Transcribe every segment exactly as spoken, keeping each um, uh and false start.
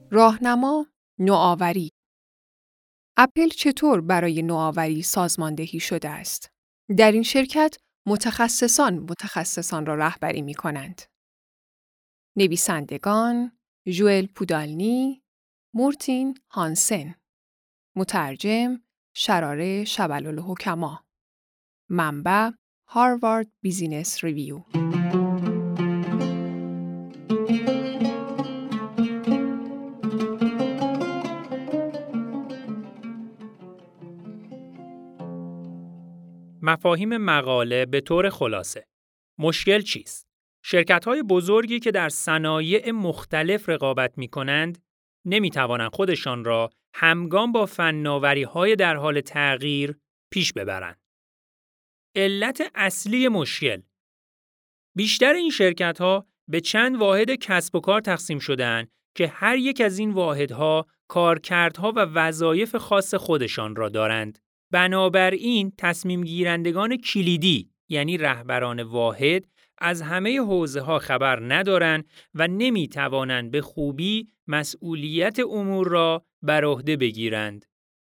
راهنما، نوآوری. اپل چطور برای نوآوری سازماندهی شده است؟ در این شرکت متخصصان متخصصان را رهبری می کنند. نویسندگان: ژوئل پودالنی، مورتین هانسن. مترجم: شراره شبل‌الحکما. منبع: هاروارد بیزینس ریویو. مفاهیم مقاله به طور خلاصه. مشکل چیست؟ شرکت‌های بزرگی که در صنایع مختلف رقابت می‌کنند، نمی‌توانند خودشان را همگام با فناوری‌های در حال تغییر پیش ببرند. علت اصلی مشکل: بیشتر این شرکت‌ها به چند واحد کسب و کار تقسیم شده‌اند که هر یک از این واحدها کارکردها و وظایف خاص خودشان را دارند. بنابراین تصمیم گیرندگان کلیدی، یعنی رهبران واحد، از همه حوزه‌ها خبر ندارند و نمی‌توانند به خوبی مسئولیت امور را بر عهده بگیرند.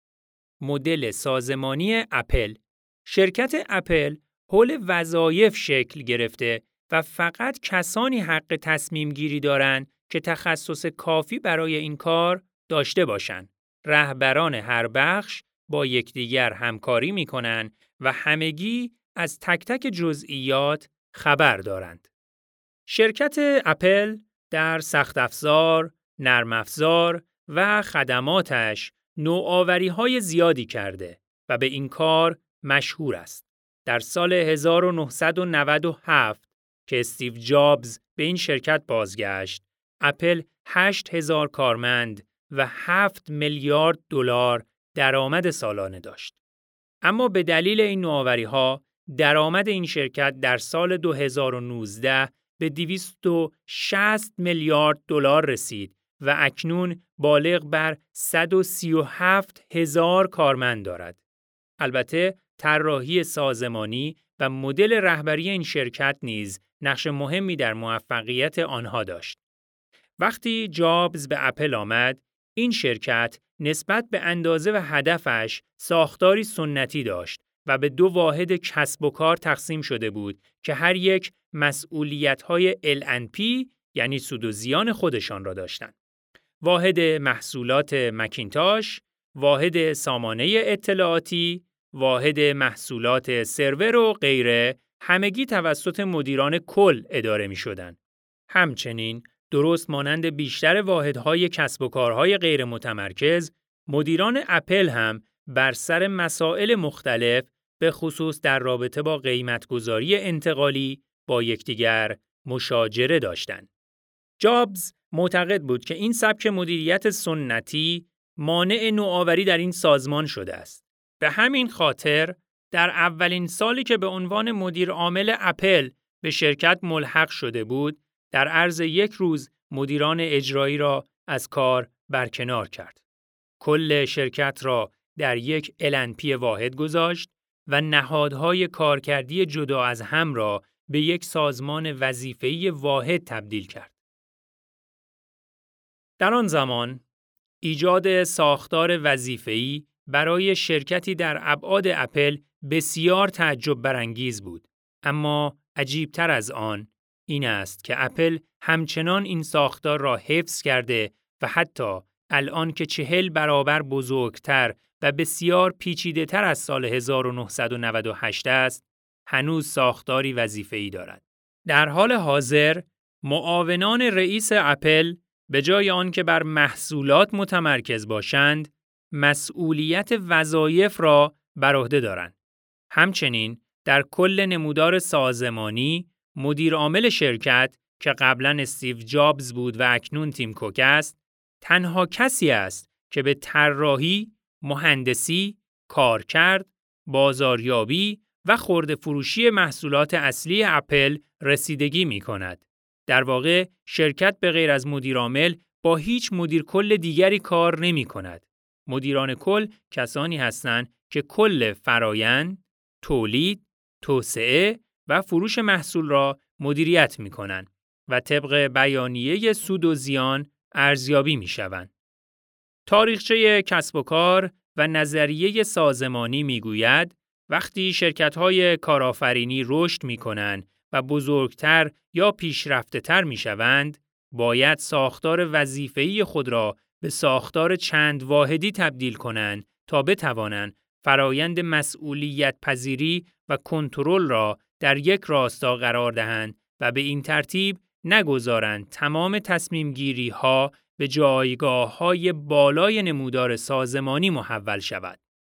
مدل سازمانی اپل: شرکت اپل حول وظایف شکل گرفته و فقط کسانی حق تصمیم گیری دارند که تخصص کافی برای این کار داشته باشند. رهبران هر بخش با یکدیگر همکاری می‌کنند و همگی از تک تک جزئیات خبر دارند. شرکت اپل در سخت افزار، نرم افزار و خدماتش نوآوری‌های زیادی کرده و به این کار مشهور است. در سال هزار و نهصد و نود و هفت که استیو جابز به این شرکت بازگشت، اپل هشت هزار کارمند و هفت میلیارد دلار درآمد سالانه داشت. اما به دلیل این نوآوری‌ها، درآمد این شرکت در سال دو هزار و نوزده به دویست و شصت میلیارد دلار رسید و اکنون بالغ بر صد و سی و هفت هزار کارمند دارد. البته طراحی سازمانی و مدل رهبری این شرکت نیز نقش مهمی در موفقیت آنها داشت. وقتی جابز به اپل آمد، این شرکت نسبت به اندازه و هدفش ساختاری سنتی داشت و به دو واحد کسب و کار تقسیم شده بود که هر یک مسئولیت‌های ال ان پی یعنی سود و زیان خودشان را داشتند. واحد محصولات مکینتاش، واحد سامانه اطلاعاتی، واحد محصولات سرور و غیره همگی توسط مدیران کل اداره می‌شدند. همچنین درست مانند بیشتر واحدهای کسب و کارهای غیر متمرکز، مدیران اپل هم بر سر مسائل مختلف به خصوص در رابطه با قیمتگذاری انتقالی با یکدیگر مشاجره داشتند. جابز معتقد بود که این سبک مدیریت سنتی مانع نوآوری در این سازمان شده است. به همین خاطر در اولین سالی که به عنوان مدیر عامل اپل به شرکت ملحق شده بود، در عرض یک روز مدیران اجرایی را از کار برکنار کرد. کل شرکت را در یک ال ان پی واحد گذاشت و نهادهای کارکردی جدا از هم را به یک سازمان وظیفه‌ای واحد تبدیل کرد. در آن زمان ایجاد ساختار وظیفه‌ای برای شرکتی در ابعاد اپل بسیار تعجب برانگیز بود، اما عجیبتر از آن این است که اپل همچنان این ساختار را حفظ کرده و حتی الان که چهل برابر بزرگتر و بسیار پیچیده‌تر از سال هزار و نهصد و نود و هشت است، هنوز ساختاری وظیفه‌ای دارد. در حال حاضر معاونان رئیس اپل به جای آنکه بر محصولات متمرکز باشند، مسئولیت وظایف را بر عهده دارند. همچنین در کل نمودار سازمانی، مدیر عامل شرکت که قبلا استیو جابز بود و اکنون تیم کوک است، تنها کسی است که به طراحی، مهندسی، کارکرد، بازاریابی و خرده فروشی محصولات اصلی اپل رسیدگی می کند. در واقع شرکت به غیر از مدیر عامل با هیچ مدیر کل دیگری کار نمی کند. مدیران کل کسانی هستند که کل فرایند، تولید، توسعه و فروش محصول را مدیریت می کنند و طبق بیانیه سود و زیان ارزیابی می‌شوند. تاریخچه کسب و کار و نظریه سازمانی می‌گوید وقتی شرکت‌های کارآفرینی رشد می‌کنند و بزرگتر یا پیشرفته‌تر می‌شوند، باید ساختار وظیفه‌ای خود را به ساختار چند واحدی تبدیل کنند تا بتوانند فرایند مسئولیت پذیری و کنترل را در یک راستا قرار دهند و به این ترتیب نگذارند تمام تصمیم گیری ها به جایگاه های بالای نمودار سازمانی محول شود.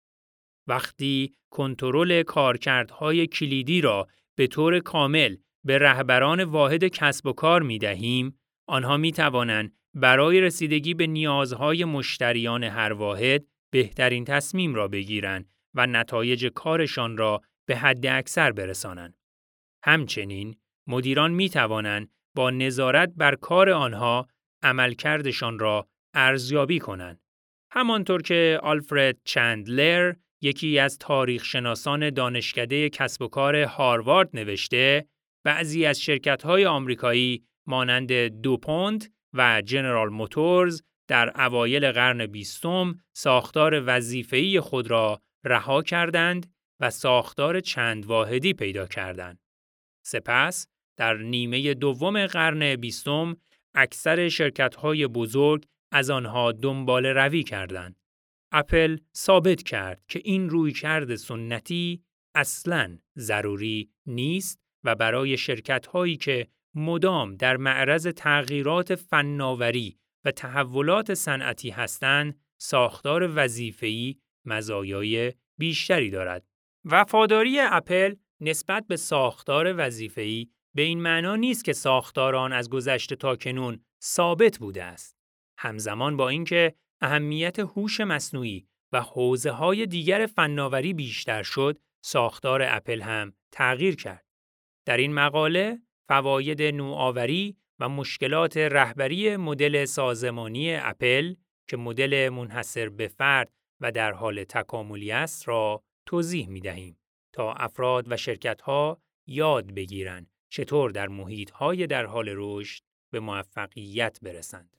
وقتی کنترل کارکردهای کلیدی را به طور کامل به رهبران واحد کسب و کار می دهیم، آنها می توانند برای رسیدگی به نیازهای مشتریان هر واحد بهترین تصمیم را بگیرند و نتایج کارشان را به حد اکثر برسانند. همچنین مدیران می توانند با نظارت بر کار آنها عملکردشان را ارزیابی کنند. همانطور که آلفرد چندلر، یکی از تاریخشناسان دانشکده کسب و کار هاروارد نوشته، بعضی از شرکت‌های آمریکایی مانند دوپونت و جنرال موتورز در اوایل قرن بیستم ساختار وظیفه‌ای خود را رها کردند و ساختار چند واحدی پیدا کردند. سپس در نیمه دوم قرن بیستم اکثر شرکت‌های بزرگ از آنها دنبال روی کردند. اپل ثابت کرد که این رویکرد سنتی اصلاً ضروری نیست و برای شرکت‌هایی که مدام در معرض تغییرات فناوری و تحولات صنعتی هستند، ساختار وظیفه‌ای مزایای بیشتری دارد. وفاداری اپل نسبت به ساختار وظیفه‌ای به این معنا نیست که ساختار آن از گذشته تا کنون ثابت بوده است. همزمان با اینکه اهمیت هوش مصنوعی و حوزه‌های دیگر فناوری بیشتر شد، ساختار اپل هم تغییر کرد. در این مقاله فواید نوآوری و مشکلات رهبری مدل سازمانی اپل که مدل منحصر به فرد و در حال تکاملی است را توضیح می‌دهیم تا افراد و شرکت‌ها یاد بگیرند چطور در محیط‌های در حال رشد به موفقیت برسند.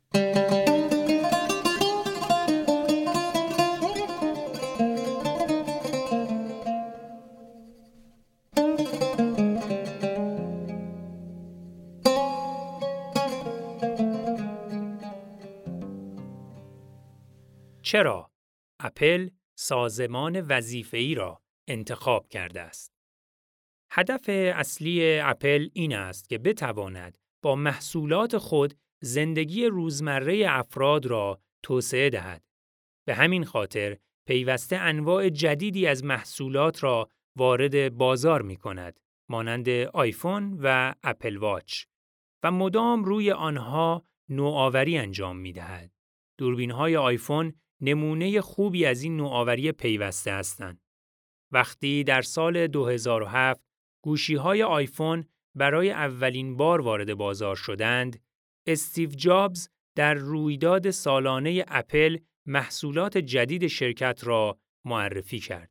چرا اپل سازمان وظیفه‌ای را انتخاب کرده است؟ هدف اصلی اپل این است که بتواند با محصولات خود زندگی روزمره افراد را توسعه دهد. به همین خاطر پیوسته انواع جدیدی از محصولات را وارد بازار می کند، مانند آیفون و اپل واچ، و مدام روی آنها نوآوری انجام می دهد. دوربین‌های آیفون نمونه خوبی از این نوآوری پیوسته هستند. وقتی در سال دو هزار و هفت گوشی‌های آیفون برای اولین بار وارد بازار شدند، استیو جابز در رویداد سالانه اپل محصولات جدید شرکت را معرفی کرد.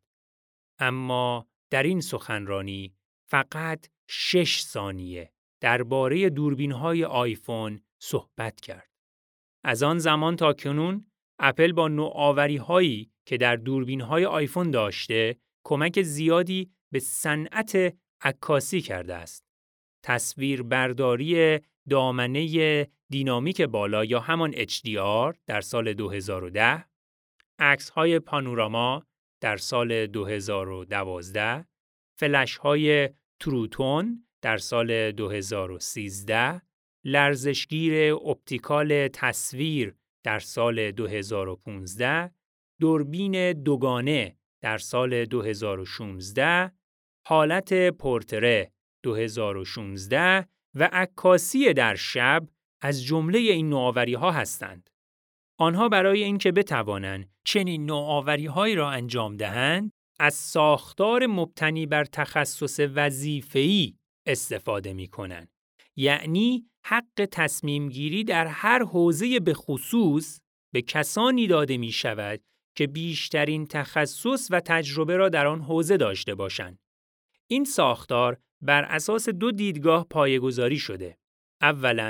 اما در این سخنرانی فقط شش ثانیه درباره دوربین‌های آیفون صحبت کرد. از آن زمان تا کنون اپل با نوآوری‌هایی که در دوربین‌های آیفون داشته، کمک زیادی به صنعت عکاسی کرده است. تصویر برداری دامنه دینامیک بالا یا همان اچ دی آر در سال دو هزار و ده، عکس‌های پانوراما در سال دو هزار و دوازده، فلش‌های تروتون در سال دو هزار و سیزده، لرزشگیر اپتیکال تصویر در سال دو هزار و پانزده، دوربین دوگانه در سال دو هزار و شانزده، حالت پورتره دو هزار و شانزده و عکاسی در شب از جمله این نوآوری‌ها هستند. آنها برای اینکه بتوانند چنین نوآوری‌هایی را انجام دهند، از ساختار مبتنی بر تخصص وظیفه‌ای استفاده می‌کنند. یعنی حق تصمیم گیری در هر حوزه به خصوص به کسانی داده می شود که بیشترین تخصص و تجربه را در آن حوزه داشته باشند. این ساختار بر اساس دو دیدگاه پایه‌گذاری شده. اولاً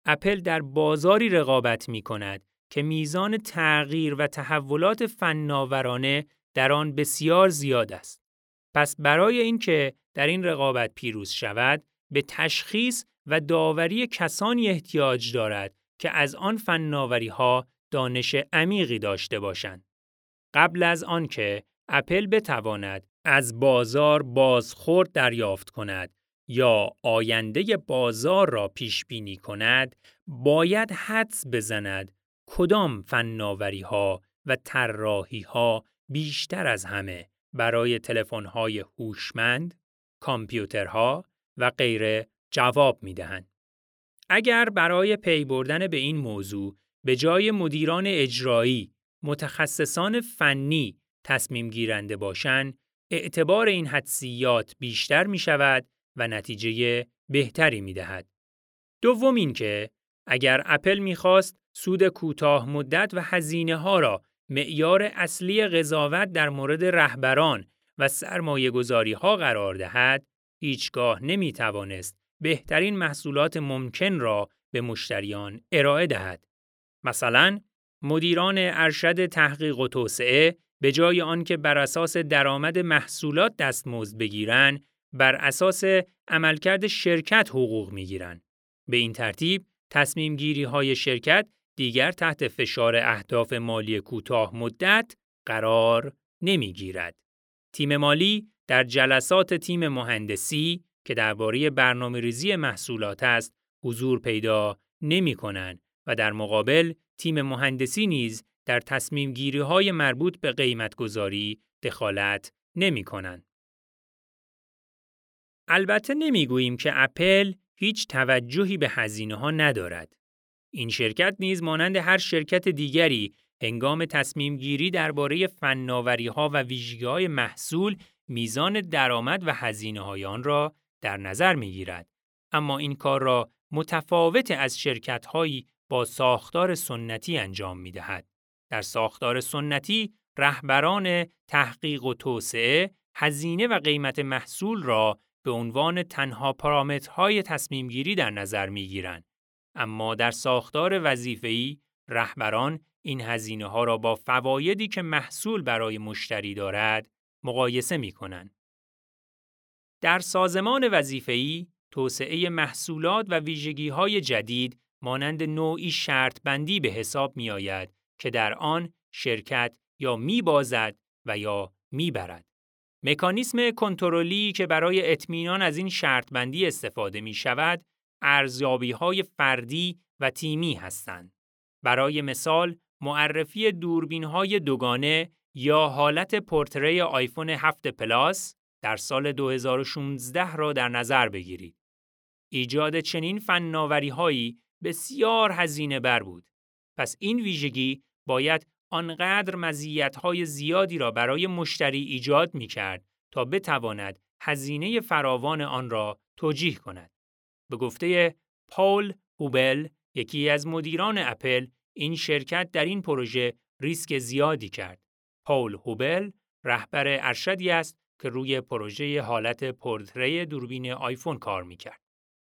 اپل در بازاری رقابت می‌کند که میزان تغییر و تحولات فناورانه در آن بسیار زیاد است. پس برای اینکه در این رقابت پیروز شود، به تشخیص و داوری کسانی احتیاج دارد که از آن فناوری‌ها دانش عمیقی داشته باشند. قبل از آنکه اپل بتواند از بازار بازخورد دریافت کند یا آینده بازار را پیش بینی کند، باید حدس بزند کدام فناوری‌ها و طراحی‌ها بیشتر از همه برای تلفن‌های هوشمند، کامپیوترها و غیره جواب می‌دهند. اگر برای پی بردن به این موضوع به جای مدیران اجرایی، متخصصان فنی تصمیم گیرنده باشند، اعتبار این حدسیات بیشتر می شود و نتیجه بهتری می دهد. دوم اینکه اگر اپل می خواست سود کوتاه مدت و هزینه ها را معیار اصلی قضاوت در مورد رهبران و سرمایه گذاری ها قرار دهد، هیچگاه نمی توانست بهترین محصولات ممکن را به مشتریان ارائه دهد. مثلا مدیران ارشد تحقیق و توسعه به جای آنکه بر اساس درآمد محصولات دستمزد بگیرند، بر اساس عملکرد شرکت حقوق میگیرند. به این ترتیب تصمیم گیری های شرکت دیگر تحت فشار اهداف مالی کوتاه مدت قرار نمی گیرد. تیم مالی در جلسات تیم مهندسی که درباره برنامه‌ریزی محصولات است حضور پیدا نمی کنند و در مقابل تیم مهندسی نیز در تصمیم گیری های مربوط به قیمت گذاری دخالت نمی کنند. البته نمی گوییم که اپل هیچ توجهی به هزینه ها ندارد. این شرکت نیز مانند هر شرکت دیگری هنگام تصمیم گیری درباره فناوری ها و ویژگی های محصول میزان درآمد و هزینه های آن را در نظر می گیرد. اما این کار را متفاوت از شرکت هایی با ساختار سنتی انجام می دهد. در ساختار سنتی رهبران تحقیق و توسعه هزینه و قیمت محصول را به عنوان تنها پارامترهای تصمیم گیری در نظر می گیرند. اما در ساختار وظیفه‌ای رهبران این هزینه ها را با فوایدی که محصول برای مشتری دارد مقایسه می کنند. در سازمان وظیفه‌ای توسعه محصولات و ویژگی‌های جدید مانند نوعی شرط بندی به حساب می آید که در آن شرکت یا می بازد و یا می برد. مکانیسم کنترلی که برای اطمینان از این شرط بندی استفاده می شود، ارزیابی‌های فردی و تیمی هستند. برای مثال، معرفی دوربین‌های دوگانه یا حالت پورتری آیفون هفت پلاس در سال دو هزار و شانزده را در نظر بگیرید. ایجاد چنین فناوری‌هایی بسیار هزینه بر بود. پس این ویژگی باید آنقدر مزیت‌های زیادی را برای مشتری ایجاد می‌کرد تا بتواند هزینه فراوان آن را توجیه کند. به گفته پول هوبل، یکی از مدیران اپل، این شرکت در این پروژه ریسک زیادی کرد. پول هوبل رهبر ارشدی است که روی پروژه حالت پورتری دوربین آیفون کار می‌کرد.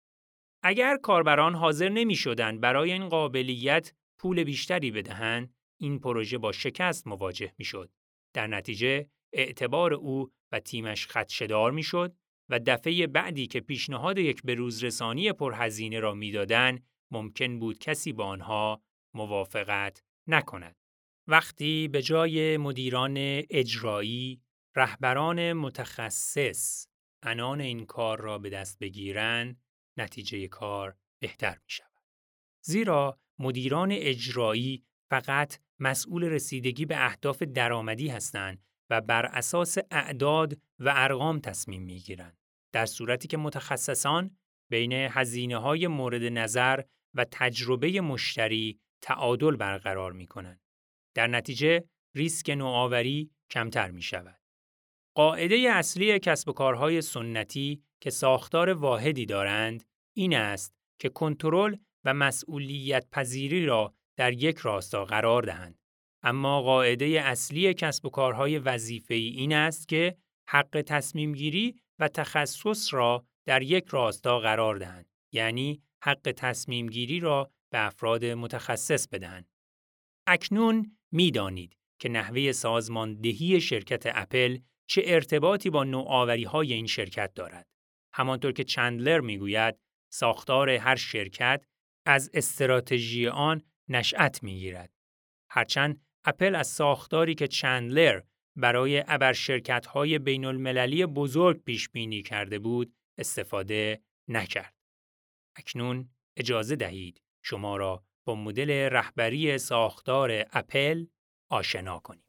اگر کاربران حاضر نمی‌شدند برای این قابلیت پول بیشتری بدهند، این پروژه با شکست مواجه می‌شد. در نتیجه اعتبار او و تیمش خدشه‌دار می‌شد و دفعه بعدی که پیشنهاد یک بروزرسانی پرهزینه را می‌دادند، ممکن بود کسی با آنها موافقت نکند. وقتی به جای مدیران اجرایی، رهبران متخصص عنان این کار را به دست بگیرند، نتیجه کار بهتر می‌شود. زیرا مدیران اجرایی فقط مسئول رسیدگی به اهداف درآمدی هستند و بر اساس اعداد و ارقام تصمیم می‌گیرند. در صورتی که متخصصان بین هزینه‌های مورد نظر و تجربه مشتری تعادل برقرار می‌کنند. در نتیجه ریسک نوآوری کمتر می‌شود. قاعده اصلی کسب و کارهای سنتی که ساختار واحدی دارند این است که کنترل و مسئولیت پذیری را در یک راستا قرار دهند. اما قاعده اصلی کسب و کارهای وظیفه‌ای این است که حق تصمیم گیری و تخصص را در یک راستا قرار دهند. یعنی حق تصمیم گیری را به افراد متخصص بدهند. اکنون می‌دانید که نحوه سازماندهی شرکت اپل چه ارتباطی با نوآوری‌های این شرکت دارد. همانطور که چندلر می‌گوید، ساختار هر شرکت از استراتژی آن نشأت می‌گیرد. هرچند اپل از ساختاری که چندلر برای ابرشرکت‌های بین‌المللی بزرگ پیش‌بینی کرده بود، استفاده نکرد. اکنون اجازه دهید شما را با مدل رهبری ساختار اپل آشنا کنیم.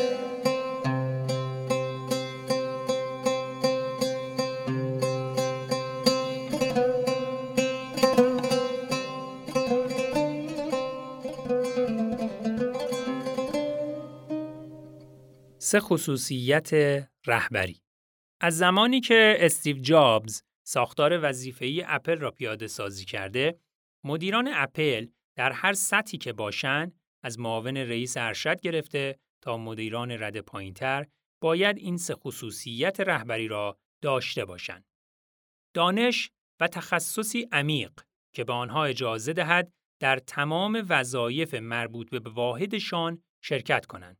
سه خصوصیت رهبری. از زمانی که استیو جابز ساختار وظیفه‌ای اپل را پیاده سازی کرده، مدیران اپل در هر سطحی که باشند، از معاون رئیس ارشد گرفته تا مدیران رده پایین‌تر، باید این سه خصوصیت رهبری را داشته باشند. دانش و تخصصی عمیق که به آنها اجازه دهد در تمام وظایف مربوط به واحدشان شرکت کنند.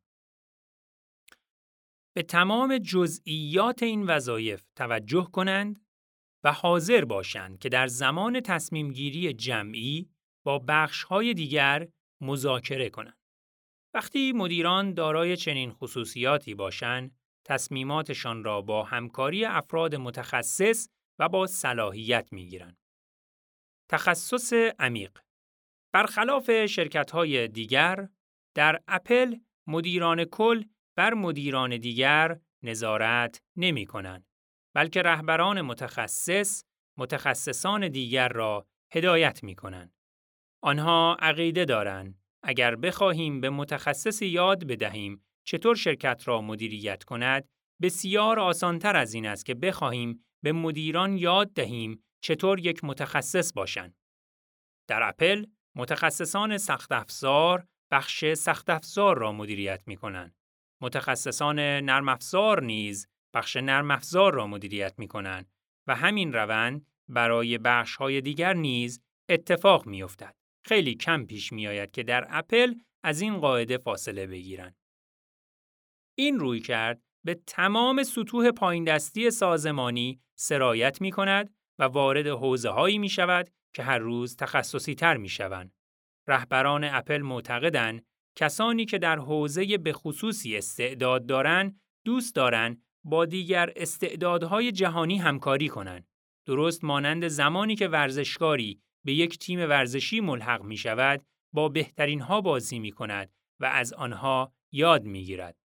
به تمام جزئیات این وظایف توجه کنند و حاضر باشند که در زمان تصمیم گیری جمعی با بخش‌های دیگر مذاکره کنند. وقتی مدیران دارای چنین خصوصیاتی باشند، تصمیماتشان را با همکاری افراد متخصص و با صلاحیت می‌گیرند. تخصص عمیق. برخلاف شرکت‌های دیگر، در اپل مدیران کل بر مدیران دیگر نظارت نمی‌کنند، بلکه رهبران متخصص متخصصان دیگر را هدایت می‌کنند. آنها عقیده دارند اگر بخواهیم به متخصصی یاد بدهیم چطور شرکت را مدیریت کند، بسیار آسان‌تر از این است که بخواهیم به مدیران یاد دهیم چطور یک متخصص باشند. در اپل متخصصان سخت افزار بخش سخت افزار را مدیریت می‌کنند. متخصصان نرم افزار نیز بخش نرم افزار را مدیریت می‌کنند و همین روند برای بخش‌های دیگر نیز اتفاق می‌افتد. خیلی کم پیش می‌آید که در اپل از این قاعده فاصله بگیرند. این رویکرد به تمام سطوح پایین‌دستی سازمانی سرایت می‌کند و وارد حوزه‌هایی می‌شود که هر روز تخصصی‌تر می‌شوند. رهبران اپل معتقدند کسانی که در حوزه به خصوصی استعداد دارند، دوست دارند با دیگر استعدادهای جهانی همکاری کنند. درست مانند زمانی که ورزشکاری به یک تیم ورزشی ملحق می شود، با بهترین ها بازی می کند و از آنها یاد می گیرد.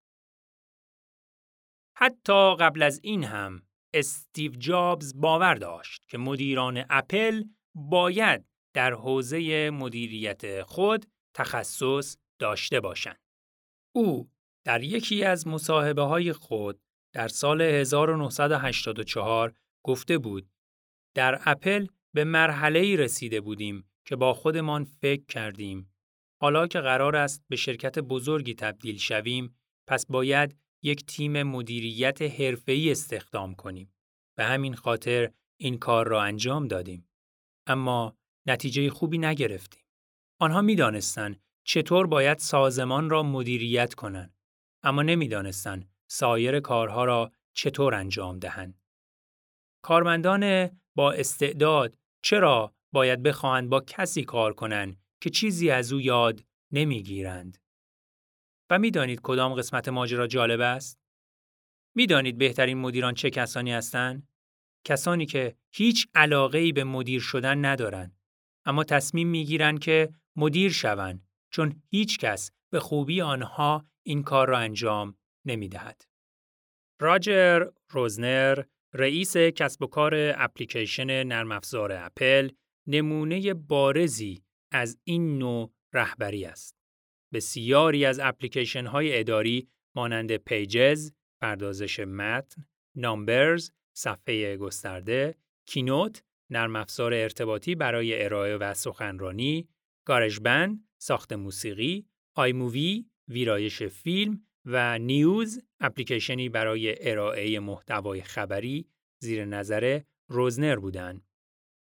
حتی قبل از این هم استیو جابز باور داشت که مدیران اپل باید در حوزه مدیریت خود تخصص داشته باشند. او در یکی از مصاحبه‌های خود در سال هزار و نهصد و هشتاد و چهار گفته بود: در اپل به مرحله‌ای رسیده بودیم که با خودمان فکر کردیم حالا که قرار است به شرکت بزرگی تبدیل شویم، پس باید یک تیم مدیریت حرفه‌ای استخدام کنیم. به همین خاطر این کار را انجام دادیم. اما نتیجه خوبی نگرفتیم. آنها می‌دانستند چطور باید سازمان را مدیریت کنند، اما نمی‌دانستند سایر کارها را چطور انجام دهند. کارمندان با استعداد چرا باید بخواهند با کسی کار کنند که چیزی از او یاد نمی‌گیرند؟ و می‌دانید کدام قسمت ماجرا جالب است؟ می‌دانید بهترین مدیران چه کسانی هستند؟ کسانی که هیچ علاقه‌ای به مدیر شدن ندارند، اما تصمیم می‌گیرند که مدیر شوند، چون هیچ کس به خوبی آنها این کار را انجام نمی‌دهد. راجر روزنر، رئیس کسب و کار اپلیکیشن نرم افزار اپل، نمونه بارزی از این نوع رهبری است. بسیاری از اپلیکیشن‌های اداری مانند پیجز، پردازش متن، نامبرز، صفحه گسترده، کینوت، نرم افزار ارتباطی برای ارائه و سخنرانی، گارج بند، ساخت موسیقی، آی مووی، ویرایش فیلم و نیوز، اپلیکیشنی برای ارائه محتوای خبری، زیر نظر روزنر بودند.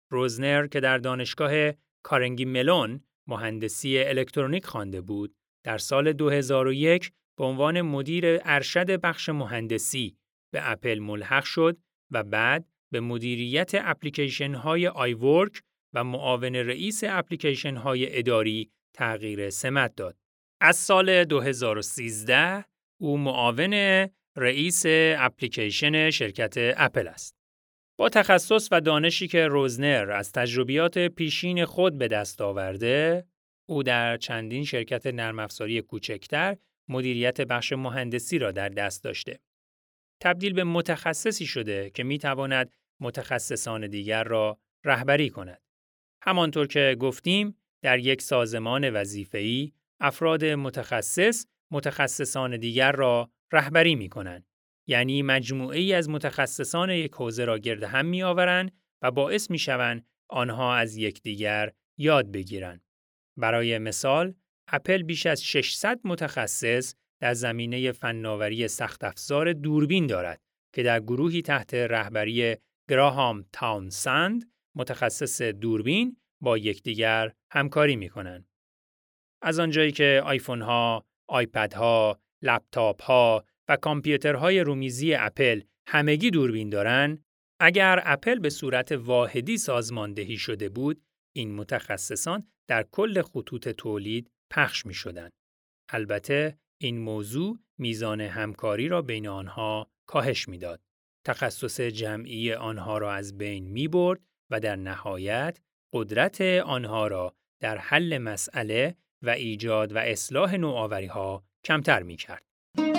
روزنر که در دانشگاه کارنگی ملون مهندسی الکترونیک خوانده بود، در سال دو هزار و یک به عنوان مدیر ارشد بخش مهندسی به اپل ملحق شد و بعد به مدیریت اپلیکیشن های آی ورک و معاون رئیس اپلیکیشن های اداری تغییر سمت داد. از سال دو هزار و سیزده او معاون رئیس اپلیکیشن شرکت اپل است. با تخصص و دانشی که روزنر از تجربیات پیشین خود به دست آورده، او در چندین شرکت نرم افزاری کوچکتر مدیریت بخش مهندسی را در دست داشته. تبدیل به متخصصی شده که می تواند متخصصان دیگر را رهبری کند. همانطور که گفتیم، در یک سازمان وظیفه‌ای افراد متخصص متخصصان دیگر را رهبری می کنند. یعنی مجموعه‌ای از متخصصان یک حوزه را گرد هم می آورند و باعث می شوند آنها از یکدیگر یاد بگیرند. برای مثال، اپل بیش از ششصد متخصص در زمینه فناوری سخت افزار دوربین دارد که در گروهی تحت رهبری گراهام تاونسند متخصص دوربین با یکدیگر همکاری می کنند. از آنجایی که آیفون ها، آیپد ها، لپتاپ ها و کامپیوترهای رومیزی اپل همگی دوربین دارند، اگر اپل به صورت واحدی سازماندهی شده بود، این متخصصان در کل خطوط تولید پخش می شدند. البته این موضوع میزان همکاری را بین آنها کاهش می داد. تخصص جمعی آنها را از بین می برد و در نهایت قدرت آنها را در حل مسئله و ایجاد و اصلاح نوآوری ها کمتر می کرد.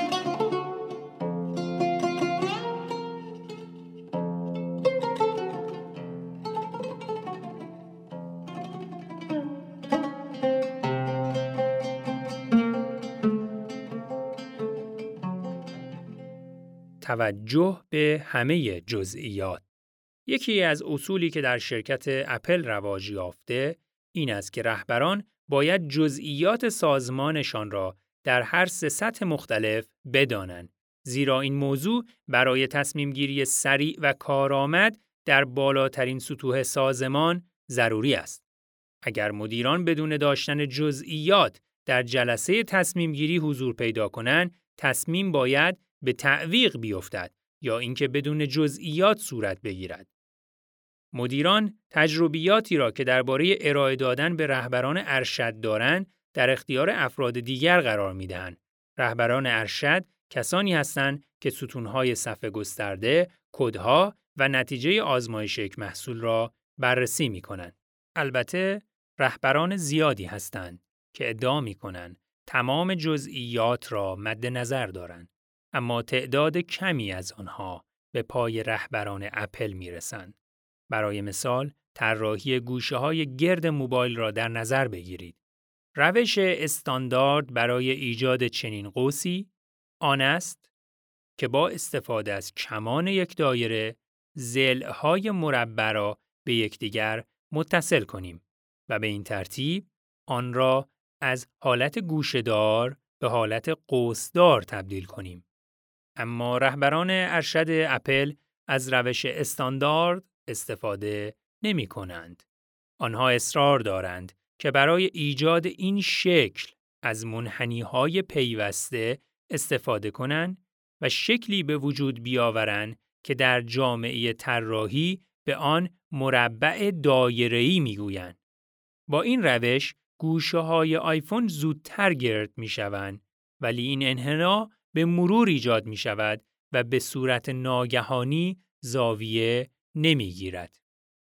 توجه به همه جزئیات. یکی از اصولی که در شرکت اپل رواج یافته این است که رهبران باید جزئیات سازمانشان را در هر سه سطح مختلف بدانند، زیرا این موضوع برای تصمیم گیری سریع و کارآمد در بالاترین سطوح سازمان ضروری است. اگر مدیران بدون داشتن جزئیات در جلسه تصمیم گیری حضور پیدا کنند، تصمیم باید به تعویق بیفتد یا اینکه بدون جزئیات صورت بگیرد. مدیران تجربیاتی را که درباره ارائه دادن به رهبران ارشد دارند، در اختیار افراد دیگر قرار می‌دهند. رهبران ارشد کسانی هستند که ستون‌های صفحه گسترده، کدها و نتیجه آزمایش یک محصول را بررسی می‌کنند. البته رهبران زیادی هستند که ادعا می‌کنند تمام جزئیات را مد نظر دارند، اما تعداد کمی از آنها به پای رهبران اپل می‌رسند. برای مثال، طراحی گوشه‌های گرد موبایل را در نظر بگیرید. روش استاندارد برای ایجاد چنین قوسی آن است که با استفاده از کمان یک دایره، ضلع‌های مربع را به یکدیگر متصل کنیم و به این ترتیب آن را از حالت گوشه‌دار به حالت قوسدار تبدیل کنیم. اما رهبران ارشد اپل از روش استاندارد استفاده نمی کنند. آنها اصرار دارند که برای ایجاد این شکل از منحنی‌های پیوسته استفاده کنند و شکلی به وجود بیاورند که در جامعه طراحی به آن مربع دایره‌ای می‌گویند. با این روش گوشه‌های آیفون زودتر گرد می‌شوند، ولی این انحنا به مرور ایجاد می‌شود و به صورت ناگهانی زاویه نمی‌گیرد.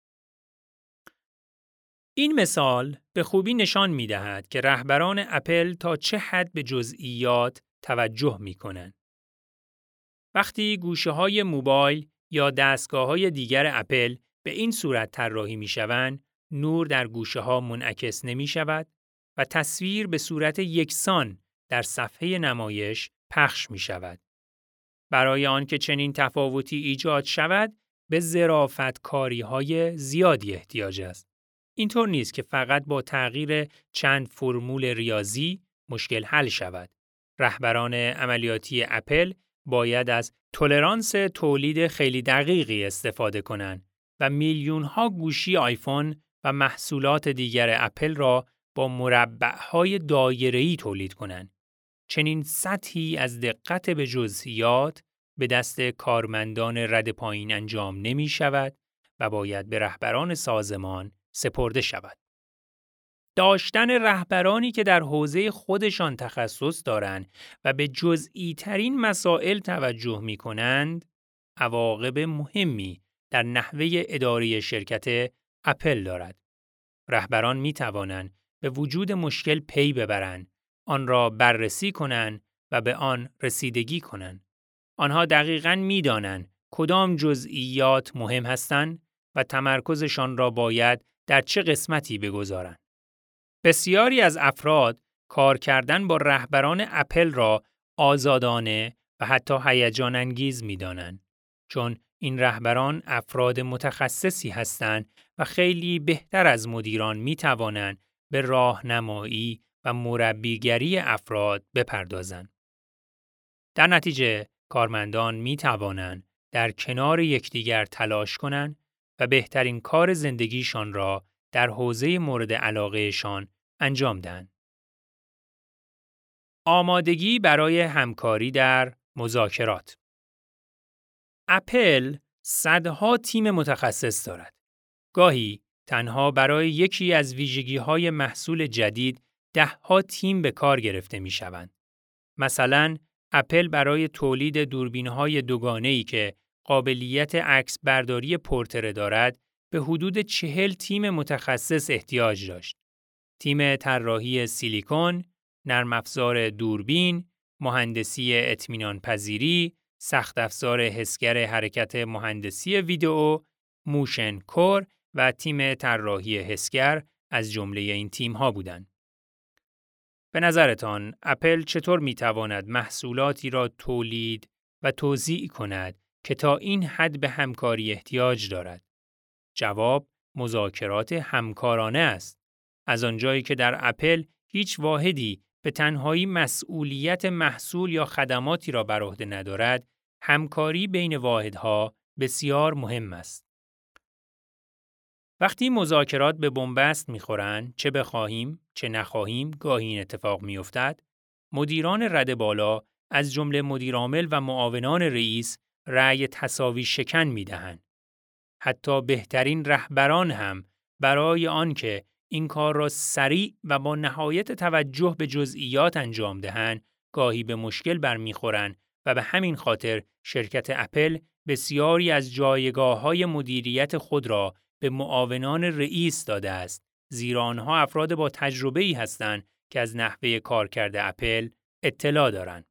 این مثال به خوبی نشان می‌دهد که رهبران اپل تا چه حد به جزئیات توجه می‌کنند. وقتی گوشه‌های موبایل یا دستگاه‌های دیگر اپل به این صورت طراحی می‌شوند، نور در گوشه‌ها منعکس نمی‌شود و تصویر به صورت یکسان در صفحه نمایش پخش می‌شود. برای آنکه چنین تفاوتی ایجاد شود، به ظرافت‌کاری‌های زیادی احتیاج است. اینطور نیست که فقط با تغییر چند فرمول ریاضی مشکل حل شود. رهبران عملیاتی اپل باید از تولرانس تولید خیلی دقیقی استفاده کنند و میلیون‌ها گوشی آیفون و محصولات دیگر اپل را با مربع‌های دایره‌ای تولید کنند. چنین سطحی از دقت به جزئیات به دست کارمندان رد پایین انجام نمی شود و باید به رهبران سازمان سپرده شود. داشتن رهبرانی که در حوزه خودشان تخصص دارند و به جزئی ترین مسائل توجه می کنند، عواقب مهمی در نحوه اداره شرکت اپل دارد. رهبران می توانند به وجود مشکل پی ببرند، آن را بررسی کنند و به آن رسیدگی کنند. آنها دقیقاً می دانند کدام جزئیات مهم هستند و تمرکزشان را باید در چه قسمتی بگذارند. بسیاری از افراد کار کردن با رهبران اپل را آزادانه و حتی هیجان انگیز می دانند، چون این رهبران افراد متخصصی هستند و خیلی بهتر از مدیران می توانند به راهنمایی و مربیگری افراد بپردازند. در نتیجه کارمندان می توانند در کنار یکدیگر تلاش کنند و بهترین کار زندگیشان را در حوزه مورد علاقهشان انجام دهند. آمادگی برای همکاری در مذاکرات. اپل صدها تیم متخصص دارد. گاهی تنها برای یکی از ویژگی‌های محصول جدید ده‌ها تیم به کار گرفته می‌شوند. مثلاً اپل برای تولید دوربین‌های دوگانه‌ای که قابلیت عکس برداری پورتره دارد به حدود چهل تیم متخصص احتیاج داشت. تیم طراحی سیلیکون، نرم افزار دوربین، مهندسی اطمینان پذیری، سخت افزار حسگر حرکت مهندسی ویدئو، موشن کور و تیم طراحی حسگر از جمله این تیم‌ها بودند. به نظرتان اپل چطور می‌تواند محصولاتی را تولید و توزیع کند که تا این حد به همکاری احتیاج دارد؟ جواب مذاکرات همکارانه است. از آنجایی که در اپل هیچ واحدی به تنهایی مسئولیت محصول یا خدماتی را بر عهده ندارد، همکاری بین واحدها بسیار مهم است. وقتی مذاکرات به بنبست می‌خورند، چه بخواهیم، چه نخواهیم، گاهی این اتفاق می‌افتد، مدیران رده بالا از جمله مدیرعامل و معاونان رئیس رأی تساوی شکن می‌دهند. حتی بهترین رهبران هم برای آنکه این کار را سریع و با نهایت توجه به جزئیات انجام دهند، گاهی به مشکل برمیخورند و به همین خاطر شرکت اپل بسیاری از جایگاه‌های مدیریت خود را به معاونان رئیس داده است، زیرا آنها افراد با تجربه‌ای هستند که از نحوه کارکرد اپل اطلاع دارند.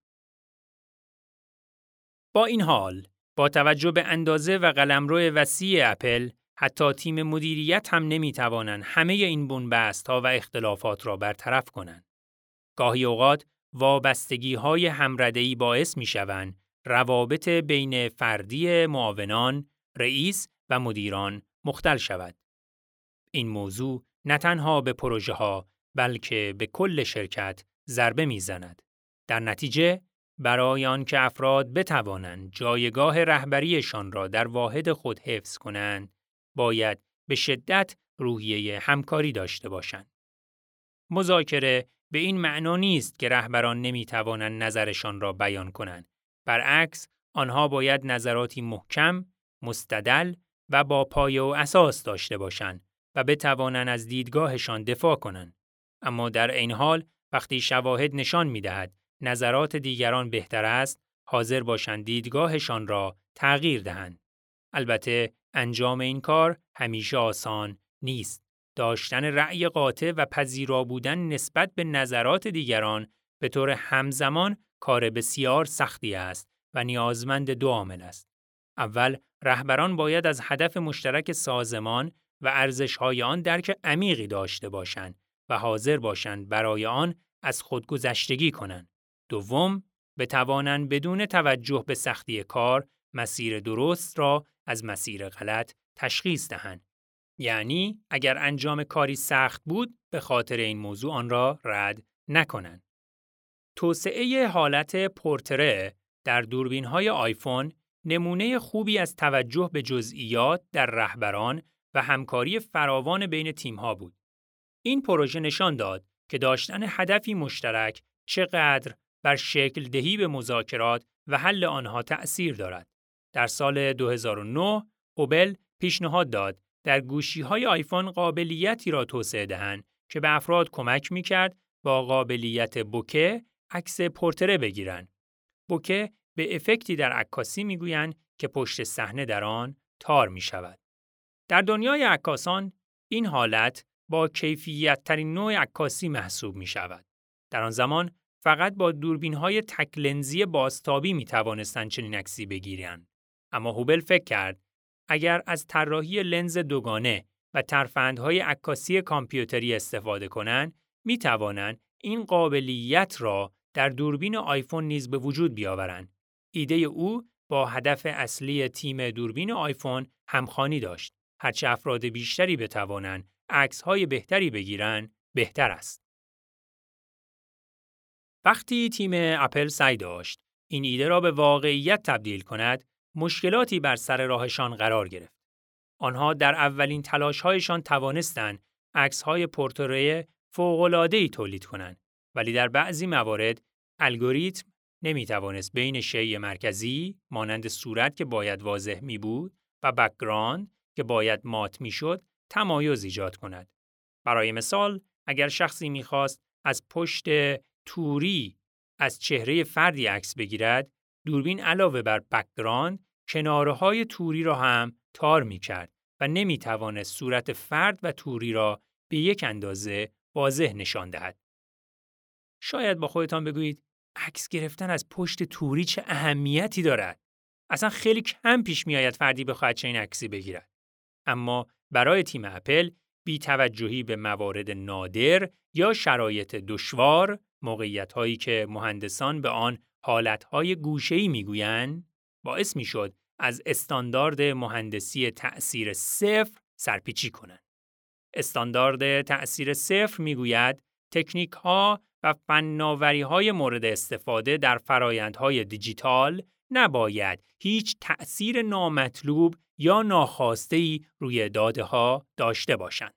با این حال، با توجه به اندازه و قلمرو وسیع اپل، حتی تیم مدیریت هم نمی‌توانند همه این بنبست‌ها و اختلافات را برطرف کنند. گاهی اوقات وابستگی‌های همرده‌ای باعث می‌شوند روابط بین فردی معاونان، رئیس و مدیران مختل شود. این موضوع نه تنها به پروژه‌ها بلکه به کل شرکت ضربه می‌زند. در نتیجه برای آنکه افراد بتوانند جایگاه رهبریشان را در واحد خود حفظ کنند، باید به شدت روحیه همکاری داشته باشند. مذاکره به این معنا نیست که رهبران نمی‌توانند نظرشان را بیان کنند. برعکس، آنها باید نظراتی محکم، مستدل و با پایه و اساس داشته باشند و بتوانند از دیدگاهشان دفاع کنند. اما در این حال وقتی شواهد نشان می‌دهد نظرات دیگران بهتر است، حاضر باشند دیدگاهشان را تغییر دهند. البته انجام این کار همیشه آسان نیست. داشتن رأی قاطع و پذیرا بودن نسبت به نظرات دیگران به طور همزمان کار بسیار سختی است و نیازمند دو عامل است. اول، رهبران باید از هدف مشترک سازمان و ارزش‌های آن درک عمیقی داشته باشند و حاضر باشند برای آن از خودگذشتگی کنند. دوم، بتوانند بدون توجه به سختی کار مسیر درست را از مسیر غلط تشخیص دهند. یعنی اگر انجام کاری سخت بود، به خاطر این موضوع آن را رد نکنند. توسعه حالت پورتره در دوربین‌های آیفون نمونه خوبی از توجه به جزئیات در رهبران و همکاری فراوان بین تیم‌ها بود. این پروژه نشان داد که داشتن هدفی مشترک چقدر بر شکل دهی به مذاکرات و حل آنها تأثیر دارد. در سال دو هزار و نه، هوبل پیشنهاد داد در گوشی‌های آیفون قابلیتی را توسعه دهند که به افراد کمک می‌کرد با قابلیت بوکه عکس پورتره بگیرند. بوکه به افکتی در عکاسی می‌گویند که پشت صحنه در آن تار می‌شود. در دنیای عکاسان این حالت با کیفیت ترین نوع عکاسی محسوب می‌شود. در آن زمان فقط با دوربین‌های تک لنزی بازتابی می‌توانستند چنین عکسی بگیرند. اما هوبل فکر کرد اگر از طراحی لنز دوگانه و ترفندهای عکاسی کامپیوتری استفاده کنند، می‌توانند این قابلیت را در دوربین آیفون نیز به وجود بیاورند. ایده او با هدف اصلی تیم دوربین آیفون همخوانی داشت. هرچه افراد بیشتری بتوانند عکس‌های بهتری بگیرند، بهتر است. وقتی تیم اپل سعی داشت این ایده را به واقعیت تبدیل کند، مشکلاتی بر سر راهشان قرار گرفت. آنها در اولین تلاش‌هایشان توانستند عکس‌های پورتری فوق‌العاده‌ای تولید کنند، ولی در بعضی موارد الگوریتم نمی‌توانست بین شیء مرکزی مانند صورت که باید واضح می‌بود و بک‌گراند که باید مات می‌شد تمایز ایجاد کند. برای مثال، اگر شخصی می‌خواست از پشت توری از چهره فردی عکس بگیرد، دوربین علاوه بر بک‌گراند کناره‌های توری را هم تار می‌کرد و نمی‌توانست صورت فرد و توری را به یک اندازه واضح نشان دهد. شاید با خودتان بگویید عکس گرفتن از پشت توری چه اهمیتی دارد؟ اصلا خیلی کم پیش می‌آید فردی بخواهد چنین عکسی بگیرد. اما برای تیم اپل بی توجهی به موارد نادر یا شرایط دشوار، موقعیت‌هایی که مهندسان به آن حالت‌های گوشه‌ای می‌گویند، باعث می‌شد از استاندارد مهندسی تأثیر صفر سرپیچی کنند. استاندارد تأثیر صفر می‌گوید تکنیک‌ها و فناوری‌های مورد استفاده در فرآیندهای دیجیتال نباید هیچ تأثیر نامطلوب یا ناخواسته‌ای روی داده‌ها داشته باشند.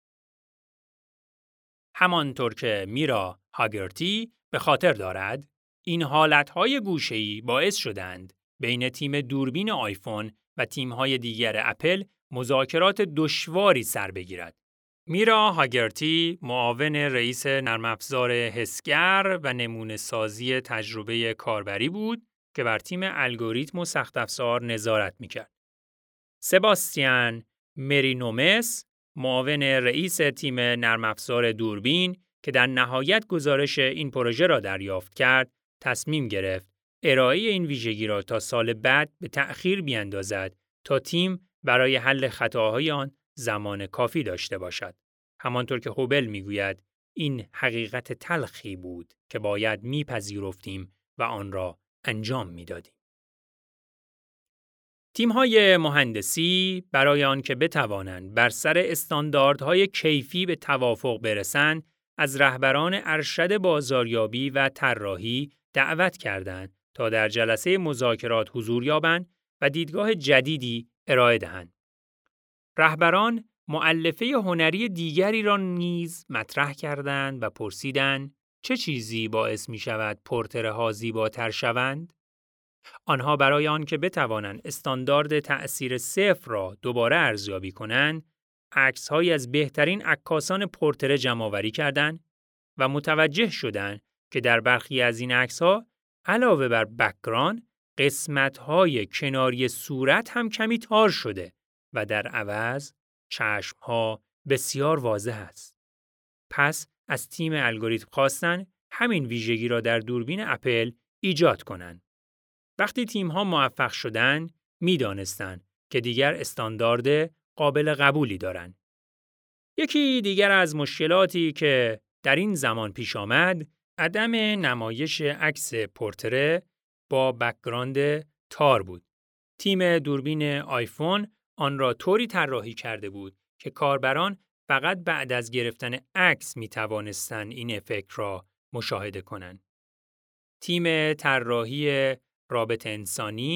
همانطور که میرا هاگرتی به خاطر دارد، این حالتهای گوشه‌ای باعث شدند بین تیم دوربین آیفون و تیم‌های دیگر اپل مذاکرات دشواری سر بگیرد. میرا هاگرتی معاون رئیس نرم افزار حسگر و نمونه سازی تجربه کاربری بود که بر تیم الگوریتم و سخت افزار نظارت می‌کرد. سباستیان مرینومس معاون رئیس تیم نرم افزار دوربین که در نهایت گزارش این پروژه را دریافت کرد، تصمیم گرفت ارائه این ویژگی را تا سال بعد به تأخیر بیاندازد تا تیم برای حل خطاهای آن زمان کافی داشته باشد. همانطور که هوبل میگوید، این حقیقت تلخی بود که باید میپذیرفتیم و آن را انجام میدادیم. تیم‌های مهندسی برای آنکه بتوانند بر سر استانداردهای کیفی به توافق برسند، از رهبران ارشد بازاریابی و طراحی دعوت کردند تا در جلسه مذاکرات حضور یابند و دیدگاه جدیدی ارائه دهند. رهبران مؤلفه هنری دیگری را نیز مطرح کردند و پرسیدند چه چیزی باعث می شود پورتره‌ها زیباتر شوند؟ آنها برای آن که بتوانند استاندارد تأثیر صفر را دوباره ارزیابی کنند، عکس‌هایی از بهترین عکاسان پورتره جمع‌آوری کردند و متوجه شدند که در برخی از این عکس‌ها علاوه بر بک‌گراند، قسمت‌های کناری صورت هم کمی تار شده و در عوض چشم‌ها بسیار واضح است. پس از تیم الگوریتم خواستند همین ویژگی را در دوربین اپل ایجاد کنند. وقتی تیم‌ها موفق شدند، می‌دانستند که دیگر استاندارد قابل قبولی دارند. یکی دیگر از مشکلاتی که در این زمان پیش آمد، عدم نمایش عکس پورتره با بک‌گراند تار بود. تیم دوربین آیفون آن را طوری طراحی کرده بود که کاربران فقط بعد از گرفتن عکس می‌توانستند این افکت را مشاهده کنند. تیم طراحی رابط انسانی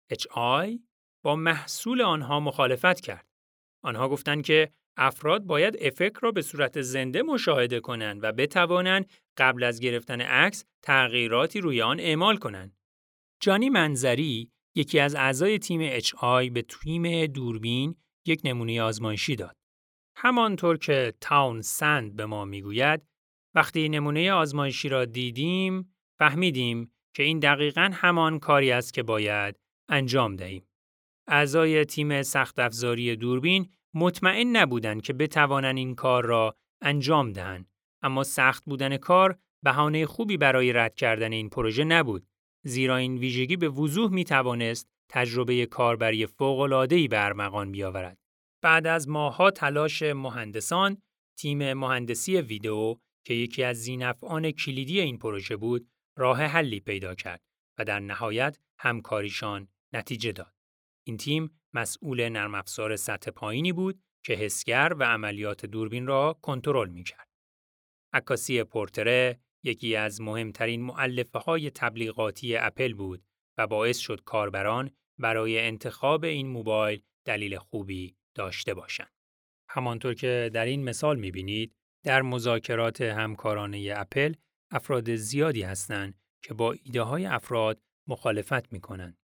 اچ آی با محصول آنها مخالفت کرد. آنها گفتند که افراد باید افکت را به صورت زنده مشاهده کنند و بتوانند قبل از گرفتن عکس تغییراتی روی آن اعمال کنند. جانی منظری، یکی از اعضای تیم اچ آی، به تیم دوربین یک نمونه آزمایشی داد. همانطور که تاون سند به ما میگوید، وقتی نمونه آزمایشی را دیدیم، فهمیدیم که این دقیقاً همان کاری است که باید انجام دهیم. اعضای تیم سخت افزاری دوربین مطمئن نبودند که بتوانند این کار را انجام دهند، اما سخت بودن کار بهانه خوبی برای رد کردن این پروژه نبود، زیرا این ویژگی به وضوح می توانست تجربه کاربری فوق‌العاده‌ای به ارمغان بیاورد. بعد از ماه‌ها تلاش مهندسان، تیم مهندسی ویدئو که یکی از ذی‌نفعان کلیدی این پروژه بود، راه حلی پیدا کرد و در نهایت همکاریشان نتیجه داد. این تیم مسئول نرم افزار سطح پایینی بود که حسگر و عملیات دوربین را کنترل می‌کرد. عکاسی پورتره یکی از مهمترین مؤلفه‌های تبلیغاتی اپل بود و باعث شد کاربران برای انتخاب این موبایل دلیل خوبی داشته باشند. همانطور که در این مثال می‌بینید، در مذاکرات همکارانه اپل افراد زیادی هستند که با ایده‌های افراد مخالفت می‌کنند.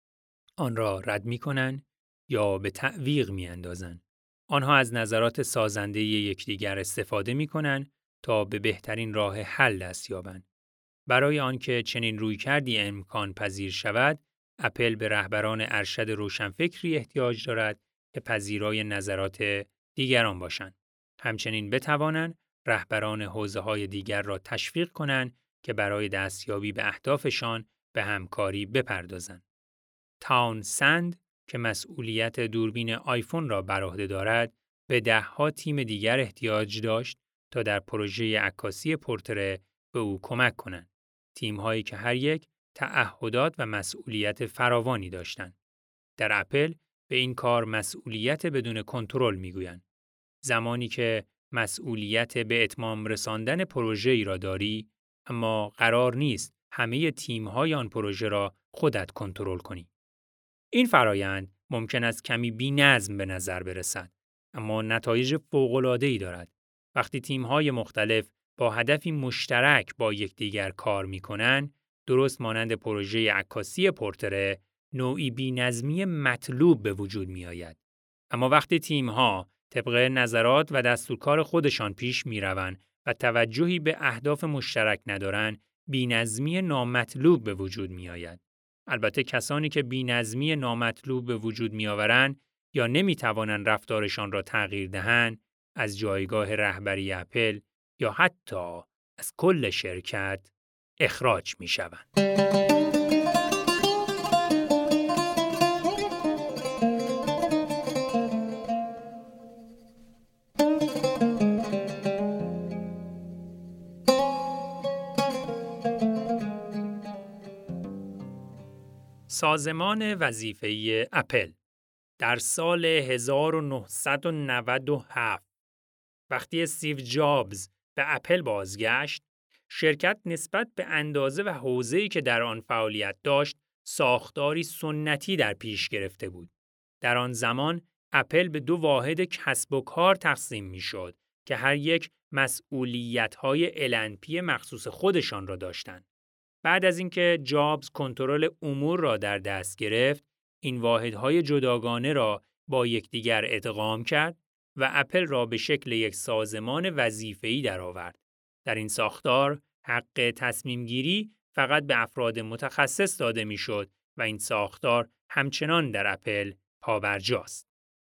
آن را رد می‌کنند یا به تعویق می‌اندازند. آنها از نظرات سازنده یکدیگر استفاده می‌کنند تا به بهترین راه حل دست یابند. برای آنکه چنین رویکردی امکان پذیر شود، اپل به رهبران ارشد روشنفکری احتیاج دارد که پذیرای نظرات دیگران باشند. همچنین بتوانند رهبران حوزه‌های دیگر را تشویق کنند که برای دستیابی به اهدافشان به همکاری بپردازند. تاون سند که مسئولیت دوربین آیفون را بر عهده دارد، به ده‌ها تیم دیگر احتیاج داشت تا در پروژه عکاسی پورتره به او کمک کنند. تیم‌هایی که هر یک تعهدات و مسئولیت فراوانی داشتند. در اپل به این کار مسئولیت بدون کنترل می‌گویند. زمانی که مسئولیت به اتمام رساندن پروژه‌ای را داری، اما قرار نیست همه تیم‌های آن پروژه را خودت کنترل کنی. این فرایند ممکن است کمی بی‌نظم به نظر برسد، اما نتایج فوق‌العاده‌ای دارد. وقتی تیم‌های مختلف با هدفی مشترک با یکدیگر کار می‌کنند، درست مانند پروژه عکاسی پورتره، نوعی بی‌نظمی مطلوب به وجود می‌آید. اما وقتی تیم‌ها طبق نظرات و دستورکار خودشان پیش می‌روند و توجهی به اهداف مشترک ندارند، بی‌نظمی نامطلوب به وجود می‌آید. البته کسانی که بی‌نظمی نامطلوب به وجود می‌آورند یا نمی‌توانند رفتارشان را تغییر دهند، از جایگاه رهبری اپل یا حتی از کل شرکت اخراج می‌شوند. سازمان وظیفه‌ای اپل در سال هزار و نهصد و نود و هفت وقتی استیو جابز به اپل بازگشت، شرکت نسبت به اندازه و حوزه‌ای که در آن فعالیت داشت، ساختاری سنتی در پیش گرفته بود. در آن زمان اپل به دو واحد کسب و کار تقسیم می‌شد که هر یک مسئولیت‌های ال ان پی مخصوص خودشان را داشتند. بعد از اینکه جابز کنترل امور را در دست گرفت، این واحدهای جداگانه را با یکدیگر ادغام کرد و اپل را به شکل یک سازمان وظیفه‌ای درآورد. در این ساختار، حق تصمیم گیری فقط به افراد متخصص داده میشد و این ساختار همچنان در اپل پابرجاست.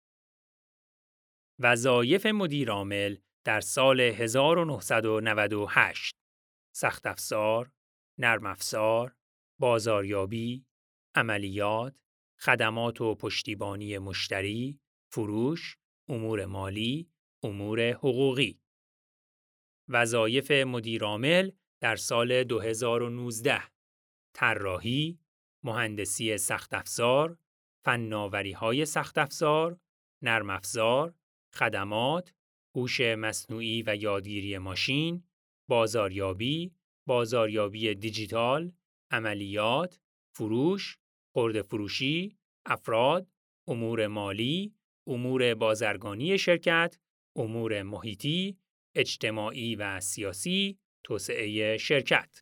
وظایف مدیر عامل در سال هزار و نهصد و نود و هشت: سخت افزار، نرم افزار، بازاریابی، عملیات، خدمات و پشتیبانی مشتری، فروش، امور مالی، امور حقوقی. وظایف مدیر عامل در سال دو هزار و نوزده: طراحی، مهندسی سخت افزار، فناوری‌های سخت افزار، نرم افزار، خدمات، هوش مصنوعی و یادگیری ماشین، بازاریابی، بازاریابی دیجیتال، عملیات، فروش، خرده فروشی، افراد، امور مالی، امور بازرگانی شرکت، امور محیطی، اجتماعی و سیاسی، توسعه شرکت.